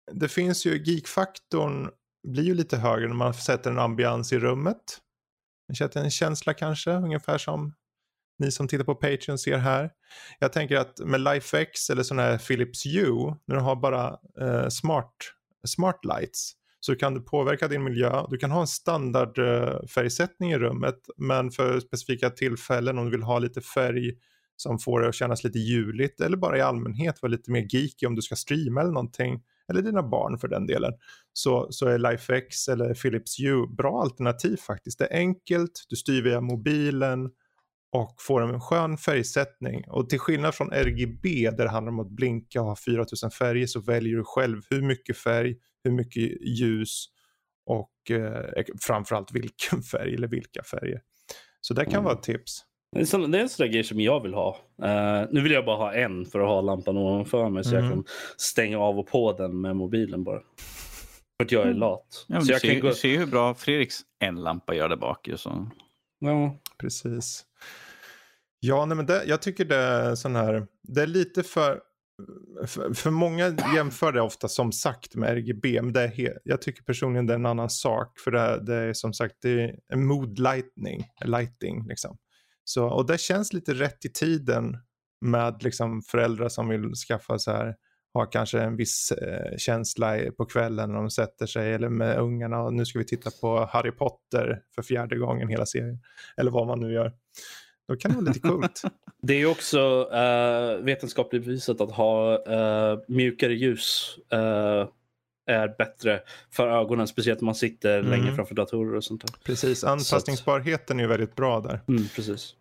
B: det finns ju, geekfaktorn blir ju lite högre när man sätter en ambians i rummet. En känsla kanske, ungefär som ni som tittar på Patreon ser här. Jag tänker att med LifeX eller sån här Philips Hue, när du har bara smart lights, så kan du påverka din miljö. Du kan ha en standard färgsättning i rummet, men för specifika tillfällen om du vill ha lite färg som får det att kännas lite juligt, eller bara i allmänhet vara lite mer geeky om du ska streama eller någonting, eller dina barn för den delen, så är LifeX eller Philips Hue bra alternativ faktiskt. Det är enkelt, du styr via mobilen och får en skön färgsättning. Och till skillnad från RGB där det handlar om att blinka och ha 4000 färger, så väljer du själv hur mycket färg, hur mycket ljus och framförallt vilken färg eller vilka färger. Så det kan vara ett tips.
C: Det är en sån där grej som jag vill ha. Nu vill jag bara ha en för att ha lampan ovanför mig, så jag kan stänga av och på den med mobilen bara. För att jag är lat.
A: Ja,
C: så jag kan gå...
A: se hur bra Fredriks en lampa gör där bak. Så.
C: Ja,
B: precis. Ja, nej, men jag tycker det är sån här, det är lite för många jämför det ofta som sagt med RGB, men det är jag tycker personligen det är en annan sak, för det är som sagt det är en mood lighting liksom. Så, och det känns lite rätt i tiden med liksom föräldrar som vill skaffa så här, ha kanske en viss känsla på kvällen när de sätter sig, eller med ungarna, och nu ska vi titta på Harry Potter för 4:e gången hela serien, eller vad man nu gör. Då kan det vara lite coolt.
C: Det är också vetenskapligt bevisat att ha mjukare ljus är bättre för ögonen, speciellt när man sitter länge framför datorer och sånt där.
B: Precis, anpassningsbarheten är ju väldigt bra där.
C: Precis.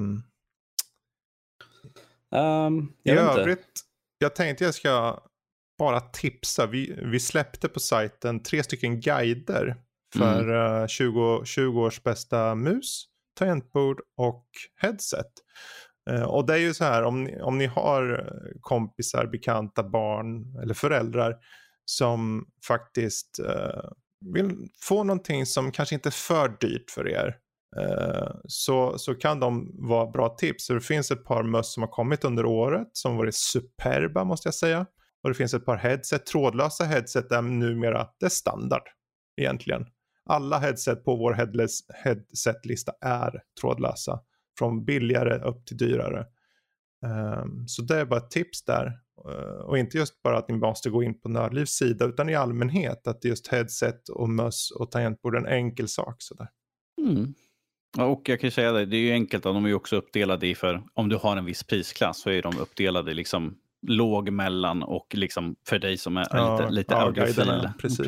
B: I övrigt, jag tänkte jag ska bara tipsa. Vi släppte på sajten 3 stycken guider för 20 års bästa mus, tangentbord och headset. Och det är ju så här, om ni har kompisar, bekanta, barn eller föräldrar som faktiskt vill få någonting som kanske inte är för dyrt för er, så kan de vara bra tips. Så det finns ett par möss som har kommit under året som varit superba, måste jag säga. Och det finns ett par headset, trådlösa headset där numera det är standard egentligen. Alla headset på vår headsetlista är trådlösa. Från billigare upp till dyrare. Så det är bara ett tips där. Och inte just bara att ni måste gå in på Nördlivs sida, utan i allmänhet att just headset och möss och tangentbord är en enkel sak. Sådär.
A: Ja, och jag kan säga det är ju enkelt att de är ju också uppdelade i, för om du har en viss prisklass så är de uppdelade liksom låg, mellan och liksom för dig som är lite audiophil.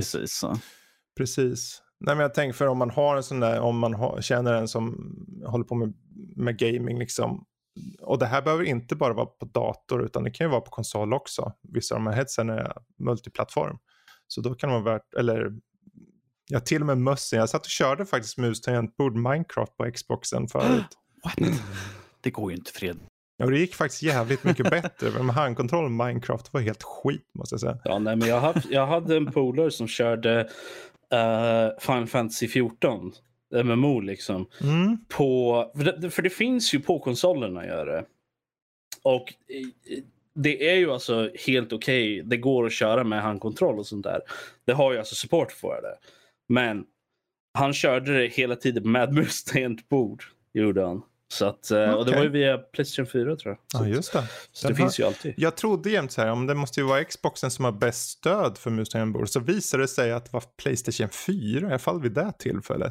A: Precis. Nej, men jag tänker, för om man har en sån där, om man känner en som håller på med gaming liksom, och det här behöver inte bara vara på dator, utan det kan ju vara på konsol också. Vissa av de här headsen är multiplattform, så då kan man värt, eller till och med mössen. Jag satt och körde faktiskt mus-tangentbord Minecraft på Xboxen förut. What? Det går ju inte, Fred.
B: Ja, det gick faktiskt jävligt mycket bättre. Men handkontroll Minecraft var helt skit, måste jag säga.
C: Ja, nej, men jag hade en polare som körde Final Fantasy 14 MMO liksom. För det finns ju på konsolerna, gör det. Och det är ju alltså helt okej. Det går att köra med handkontroll och sånt där. Det har ju alltså support för det. Men han körde det hela tiden med mus-tangentbord, gjorde han. Så att, och det var ju via PlayStation 4, tror jag.
B: Ja, just det.
C: Så det finns ju alltid.
B: Jag trodde jämt så här, om det måste ju vara Xboxen som har bäst stöd för mus-tangentbord, så visade det sig att det var PlayStation 4, i alla fall vid det tillfället.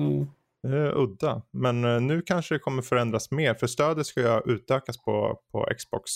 B: Udda. Men nu kanske det kommer förändras mer, för stödet ska ju utökas på Xbox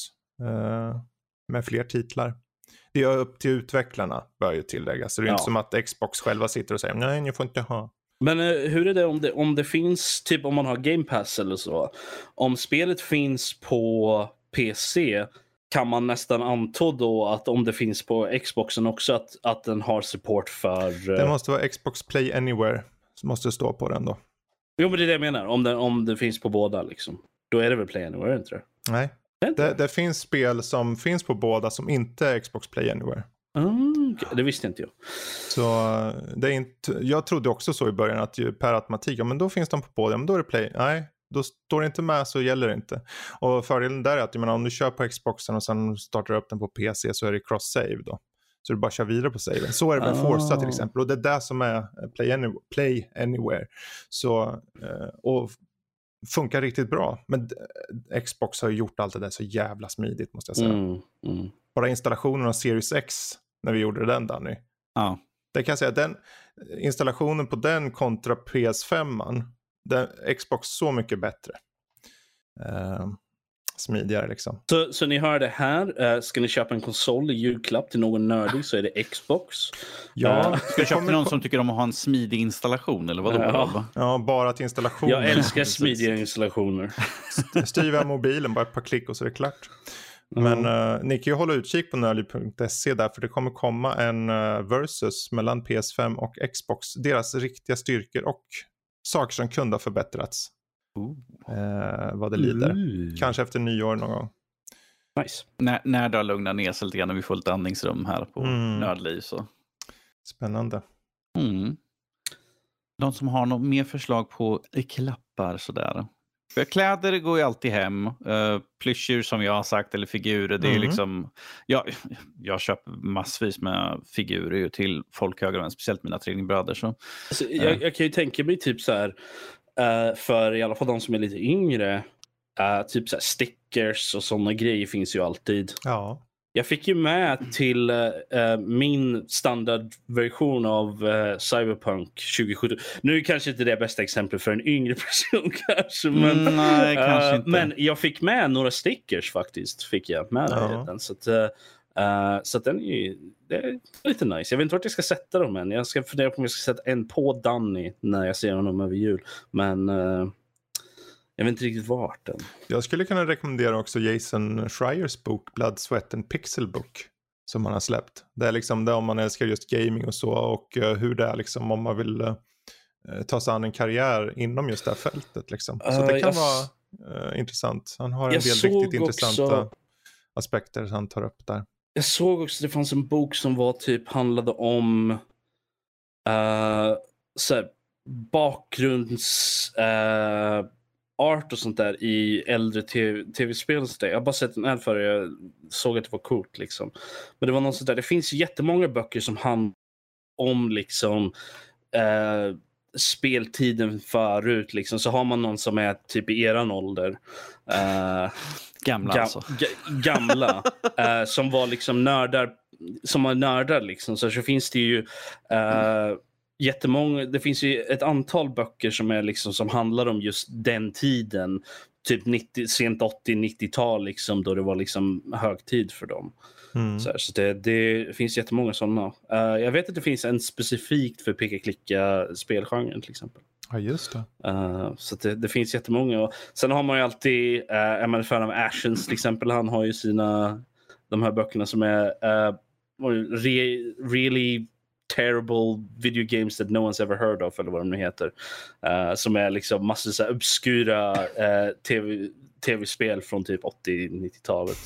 B: med fler titlar. Det är upp till utvecklarna, bör ju tilläggas. Så det är inte som att Xbox själva sitter och säger nej, ni får inte ha.
C: Men hur är det om det finns, typ om man har Game Pass eller så, om spelet finns på PC, kan man nästan anta då att om det finns på Xboxen också att den har support för...
B: Det måste vara Xbox Play Anywhere som måste stå på den då.
C: Jo, men det är det jag menar. Om det finns på båda liksom, då är det väl Play Anywhere, inte det?
B: Nej. Det finns spel som finns på båda som inte är Xbox Play Anywhere.
C: Okay. Det visste inte jag.
B: Så det är inte, jag trodde också så i början att per automatik, ja, men då finns de på båda, men då är det Play. Nej, då står det inte med, så gäller det inte. Och fördelen där är att, jag menar, om du kör på Xboxen och sen startar upp den på PC, så är det cross-save då. Så du bara kör vidare på saven. Så är det med Forza till exempel. Och det är där som är Play Anywhere. Så, och funkar riktigt bra. Men Xbox har ju gjort allt det där så jävla smidigt, måste jag säga. Bara installationen av Series X, när vi gjorde den, Danny.
A: Ja.
B: Det kan jag säga, den installationen på den kontra PS5, Xbox så mycket bättre. Smidigare liksom.
C: Så ni hör det här. Ska ni köpa en konsol i julklapp till någon nördig så är det Xbox.
B: Ja,
A: ska du köpa till någon som tycker om att ha en smidig installation eller vad då?
B: Ja, bara till installation.
C: Jag älskar smidiga installationer.
B: Styra mobilen, bara ett par klick och så är det klart. Men ni kan ju hålla utkik på nörlig.se där, för det kommer komma en versus mellan PS5 och Xbox. Deras riktiga styrkor och saker som kunde ha förbättrats. Vad det lider. Kanske efter nyår någon gång.
C: Nice.
A: När det har lugnat ner sig lite grann och vi får ett andningsrum här på Nördliv. Så.
B: Spännande.
A: De som har något mer förslag på klappar sådär. För kläder går ju alltid hem. Plyschor som jag har sagt, eller figurer. Det är liksom, jag köper massvis med figurer till folkhögare, speciellt mina trillingbröder. Så.
C: Alltså, jag kan ju tänka mig typ så här, för i alla fall de som är lite yngre, typ så här stickers och sådana grejer finns ju alltid.
B: Ja.
C: Jag fick ju med till min standardversion av Cyberpunk 2017. Nu är kanske inte det bästa exemplet för en yngre person kanske. Men,
A: nej, kanske inte.
C: Men jag fick med några stickers faktiskt. Fick jag med den. Så att den är, det är lite nice. Jag vet inte vart jag ska sätta dem än. Jag ska fundera på om jag ska sätta en på Danny när jag ser honom över jul. Men jag vet inte riktigt vart den.
B: Jag skulle kunna rekommendera också Jason Schreiers bok Blood, Sweat and Pixel Book, som han har släppt. Det är liksom det om man älskar just gaming och så, och hur det är liksom om man vill ta sig an en karriär inom just det här fältet liksom. Så det kan vara intressant. Han har en del riktigt intressanta aspekter han tar upp där.
C: Jag såg också att det fanns en bok som var typ handlade om så här, bakgrunds art och sånt där i äldre tv-spel. Jag har bara sett en ad för det. Jag såg att det var coolt liksom. Men det var något sånt där. Det finns jättemånga böcker som handlar om liksom speltiden förut liksom. Så har man någon som är typ i eran ålder.
A: Gamla
C: gamla som var liksom nördar, som var nördar liksom. Så finns det ju jättemånga, det finns ju ett antal böcker som är liksom, som handlar om just den tiden, typ sent 80-90-tal liksom, då det var liksom högtid för dem. Så det finns jättemånga sådana. Jag vet att det finns en specifikt för peka-klicka spelgenren till exempel.
B: Ja, just det.
C: Så det finns jättemånga. Och sen har man ju alltid, är man fan av Ashens till exempel, han har ju de här böckerna som är really terrible video games that no one's ever heard of, eller vad de nu heter. Som är liksom massor så obskyra tv-spel från typ 80-90-talet.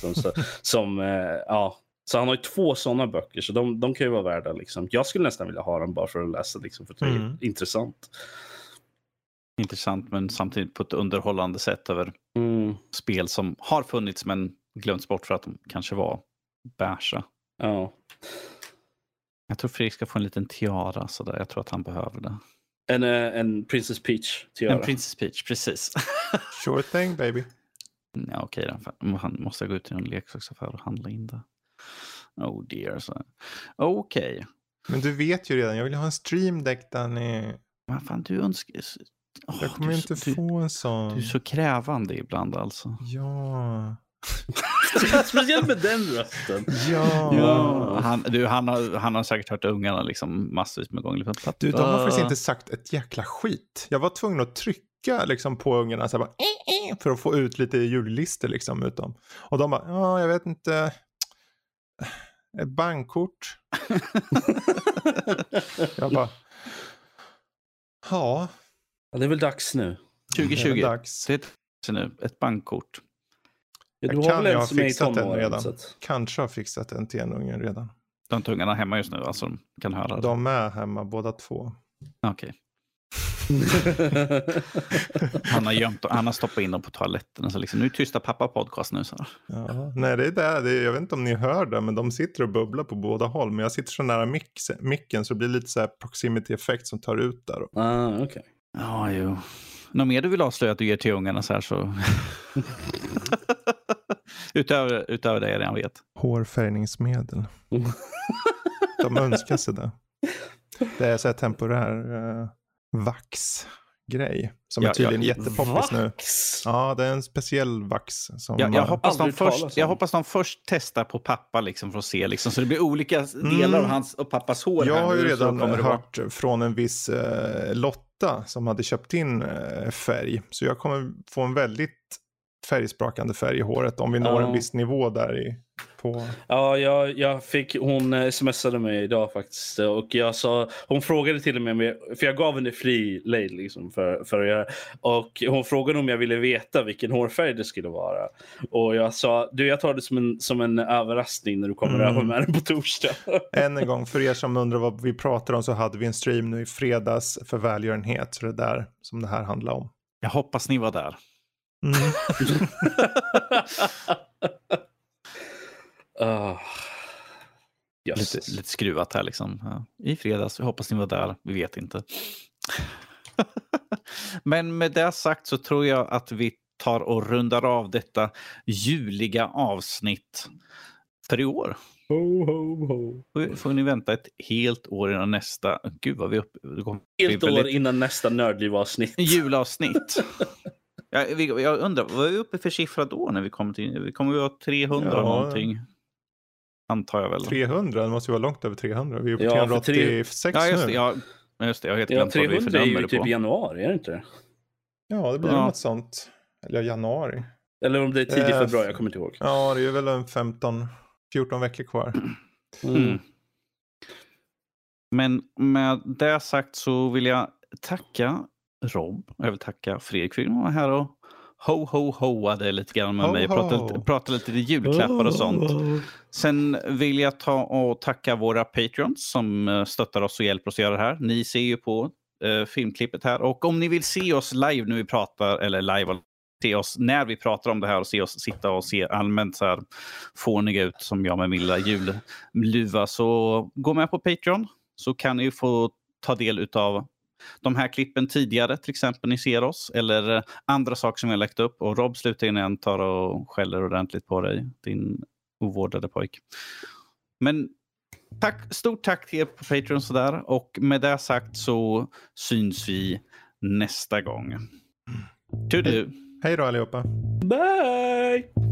C: Så han har ju 2 sådana böcker, så de kan ju vara värda liksom. Jag skulle nästan vilja ha dem bara för att läsa liksom, för det är intressant.
A: Intressant, men samtidigt på ett underhållande sätt över spel som har funnits men glömts bort för att de kanske var bärsa.
C: Ja.
A: Jag tror Fredrik ska få en liten tiara så där. Jag tror att han behöver det.
C: En Princess Peach tiara.
A: En Princess Peach, precis.
B: Sure thing, baby.
A: Ja, okej då. Han måste gå ut till en leksaksaffär och handla in det. Oh dear. Okej.
B: Men du vet ju redan, jag vill ha en Stream Deck, Danny.
A: Vad fan, du önskar...
B: Jag kommer inte få en sån.
A: Du är så krävande ibland alltså.
B: Ja.
C: Speciellt med den rösten.
B: Ja.
A: Han har säkert hört ungarna liksom massvis med gånger.
B: Du, de har faktiskt inte sagt ett jäkla skit. Jag var tvungen att trycka liksom på ungarna så här, bara, för att få ut lite jullistor liksom utom. Och de bara, jag vet inte. Ett bankkort. Jag bara, ja.
C: Det är väl dags nu.
A: 2020.
B: Det är dags.
A: Det är nu ett bankkort.
C: Ja, du har väl en som är i tonåren
B: redan.
C: Så att...
B: Kanske har fixat en till en ungen redan.
A: De ungarna hemma just nu, alltså de kan höra det.
B: De är hemma båda två.
A: Okej. Han har stoppat in dem på toaletten. Så liksom, nu är tysta pappa podcast nu. Så.
B: Ja, nej, det är där. Jag vet inte om ni hör det, men de sitter och bubblar på båda håll. Men jag sitter så nära micken så det blir lite så här proximity-effekt som tar ut där.
C: Okej. Okay.
A: Ja, jo. Något mer du vill avslöja att du ger till ungarna så här så... utöver det jag redan vet.
B: Hårfärgningsmedel. De önskar sig det. Det är så här temporär vaxgrej som är tydligen jättepoppis nu. Ja, det är en speciell vax. Som
A: jag hoppas de först testar på pappa liksom, för att se liksom, så det blir olika delar av hans och pappas hår.
B: Jag har ju redan hört från en viss Lotta som hade köpt in färg. Så jag kommer få en väldigt färgsprakande färg i håret om vi når en viss nivå där på...
C: Ja, hon smsade mig idag faktiskt och hon frågade till och med för jag gav henne fri lejd liksom för att göra, och hon frågade om jag ville veta vilken hårfärg det skulle vara, och jag sa, jag tar det som en överraskning när du kommer över med den på torsdag.
B: Än en gång, för er som undrar vad vi pratar om, så hade vi en stream nu i fredags för välgörenhet, så det är där som det här handlar om.
A: Jag hoppas ni var där. Lite skruvat här liksom. Ja. I fredags, jag hoppas ni var där. Vi vet inte. Men med det sagt så tror jag att vi tar och rundar av detta juliga avsnitt för i år.
C: Ho, ho, ho.
A: Får ni vänta ett helt år innan nästa... Gud vad vi är uppe...
C: Helt år innan nästa nördliv-avsnitt.
A: Julavsnitt. Jag undrar, vad är vi uppe för siffra då när vi kommer till... Vi kommer att ha 300 någonting. Antar jag väl.
B: 300? Det måste ju vara långt över 300. Vi är på 386
A: nu.
B: Just det,
A: jag heter
C: 300 är ju typ i januari, är det inte det?
B: Ja, det blir något sånt. Eller januari.
C: Eller om det är tidigt februari, jag kommer inte ihåg.
B: Ja, det är väl en 14 veckor kvar.
A: Men med det sagt så vill jag tacka Rob. Jag vill tacka Fredrik för att han var här och hoade lite grann med mig. Pratade lite julklappar och sånt. Sen vill jag ta och tacka våra Patreons som stöttar oss och hjälper oss att göra det här. Ni ser ju på filmklippet här. Och om ni vill se oss live när vi pratar, eller live se oss när vi pratar om det här och se oss sitta och se allmänt så här fåniga ut som jag med min lilla julluva, så gå med på Patreon så kan ni få ta del utav de här klippen tidigare, till exempel ni ser oss, eller andra saker som jag har lagt upp. Och Rob slutar innan tar och skäller ordentligt på dig, din ovårdade pojk. Men stort tack till er på Patreon sådär. Och med det sagt så syns vi nästa gång. Tudu!
B: Hej då allihopa!
C: Bye!